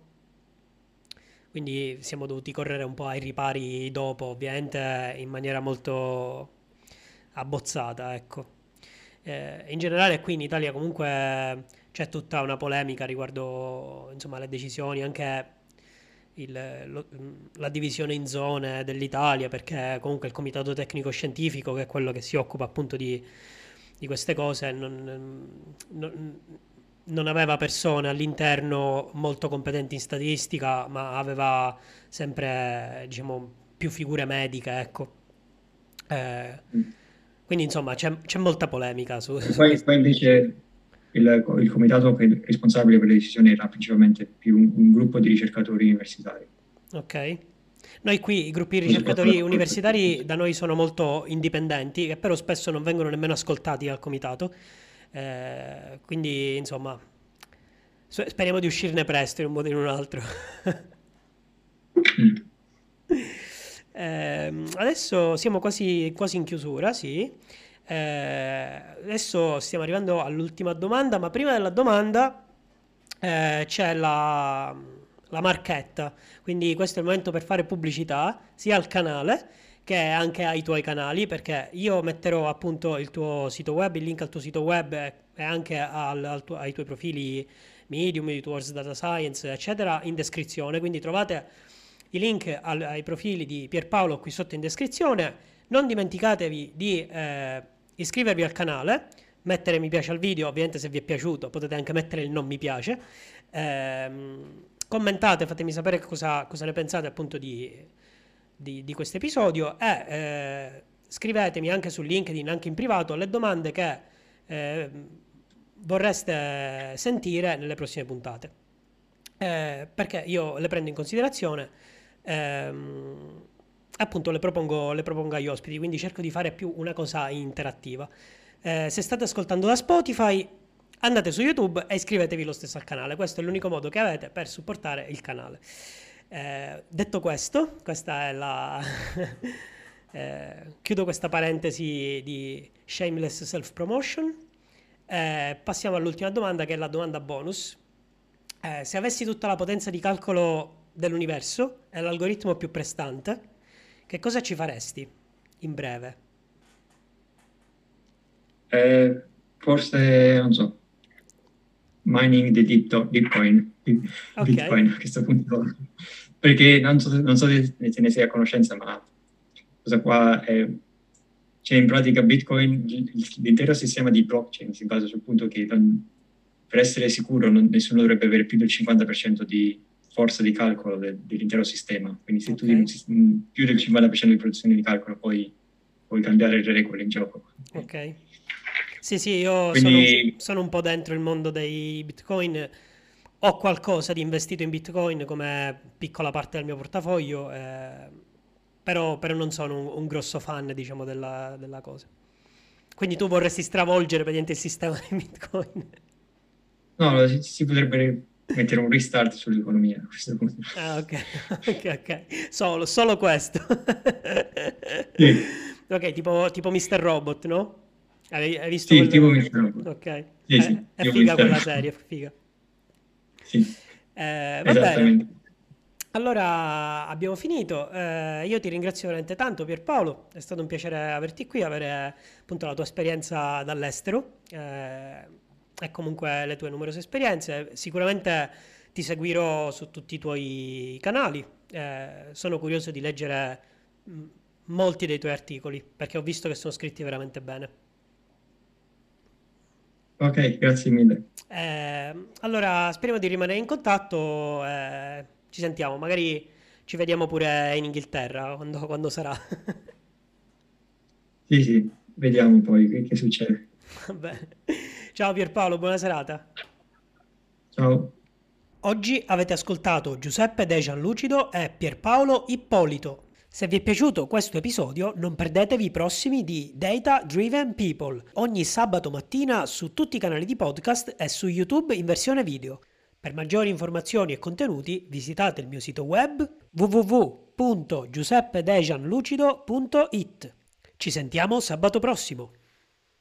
Quindi siamo dovuti correre un po' ai ripari dopo, ovviamente in maniera molto abbozzata, ecco. Eh, in generale qui in Italia comunque c'è tutta una polemica riguardo, insomma, le decisioni, anche il- lo- la divisione in zone dell'Italia, perché comunque il Comitato Tecnico Scientifico, che è quello che si occupa appunto di, di queste cose, non, non- non aveva persone all'interno molto competenti in statistica, ma aveva sempre, diciamo, più figure mediche, ecco. Eh, quindi insomma c'è c'è molta polemica su, E su poi, questo. poi invece il, il comitato che è responsabile per le decisioni era principalmente più un, un gruppo di ricercatori universitari. Ok. Noi qui i gruppi di Così qua ricercatori universitari da noi sono molto indipendenti, che però spesso non vengono nemmeno ascoltati dal comitato. Eh, quindi insomma, s- speriamo di uscirne presto in un modo o in un altro. Mm. Ehm, adesso siamo quasi, quasi in chiusura, sì. Eh, adesso stiamo arrivando all'ultima domanda, ma prima della domanda eh, c'è la, la marchetta. Quindi questo è il momento per fare pubblicità sia al canale che anche ai tuoi canali, perché io metterò appunto il tuo sito web, il link al tuo sito web e e anche al- al tuo- ai tuoi profili Medium, Towards Data Science, eccetera, in descrizione. Quindi trovate i link al- ai profili di Pierpaolo qui sotto in descrizione. Non dimenticatevi di eh, iscrivervi al canale, mettere mi piace al video, ovviamente se vi è piaciuto potete anche mettere il non mi piace. Ehm, commentate, fatemi sapere cosa, cosa ne pensate appunto di, di, di questo episodio e eh, scrivetemi anche su LinkedIn, anche in privato, le domande che eh, vorreste sentire nelle prossime puntate. Eh, perché io le prendo in considerazione, ehm, appunto le propongo, le propongo agli ospiti, quindi cerco di fare più una cosa interattiva. Eh, se state ascoltando da Spotify, andate su YouTube e iscrivetevi lo stesso al canale. Questo è l'unico modo che avete per supportare il canale. Eh, detto questo, questa è la... eh, chiudo questa parentesi di shameless self-promotion. Eh, passiamo all'ultima domanda, che è la domanda bonus. Eh, se avessi tutta la potenza di calcolo dell'universo e l'algoritmo più prestante, che cosa ci faresti in breve? Eh, forse, non so, mining di Bitto- Bitcoin, di Ok, Bitcoin a questo punto, perché non so, non so se se ne sei a conoscenza, ma cosa qua è, c'è in pratica Bitcoin, l- l'intero sistema di blockchain si basa sul punto che non- per essere sicuro non- nessuno dovrebbe avere più del cinquanta per cento di forza di calcolo de- dell'intero sistema, quindi se tu ok, hai un sis- un- più del cinquanta per cento di produzione di calcolo puoi, puoi cambiare le regole in gioco. ok. Sì, sì, io sono, Quindi sono un po' dentro il mondo dei Bitcoin. ho qualcosa di investito in Bitcoin come piccola parte del mio portafoglio, eh, però, però non sono un, un grosso fan, diciamo, della, della cosa. Quindi tu vorresti stravolgere praticamente il sistema di Bitcoin. No, si, si potrebbe mettere un restart sull'economia a questo punto. Ah, ok, ok, ok. Solo, solo questo. Sì, Ok, tipo, tipo mister Robot, no? Hai, hai visto sì, tipo quel... mister Robot. Ok, Sì, è, sì, è tipo figa mister quella serie, Robot. è figa. Sì, Eh, va bene. esattamente. Allora abbiamo finito. Eh, io ti ringrazio veramente tanto, Pierpaolo. È stato un piacere averti qui, avere appunto la tua esperienza dall'estero eh, e comunque le tue numerose esperienze. Sicuramente ti seguirò su tutti i tuoi canali. Eh, sono curioso di leggere mh, molti dei tuoi articoli perché ho visto che sono scritti veramente bene. Ok, grazie mille. Eh, allora, speriamo di rimanere in contatto. Eh, ci sentiamo, magari ci vediamo pure in Inghilterra quando, quando sarà. Sì, sì, vediamo poi che, che succede. Va bene. Ciao Pierpaolo, buona serata. Ciao. Oggi avete ascoltato Giuseppe De Gianlucido e Pierpaolo Ippolito. Se vi è piaciuto questo episodio, non perdetevi i prossimi di Data Driven People, ogni sabato mattina su tutti i canali di podcast e su YouTube in versione video. Per maggiori informazioni e contenuti visitate il mio sito web w w w punto giuseppedegianlucido punto it. Ci sentiamo sabato prossimo!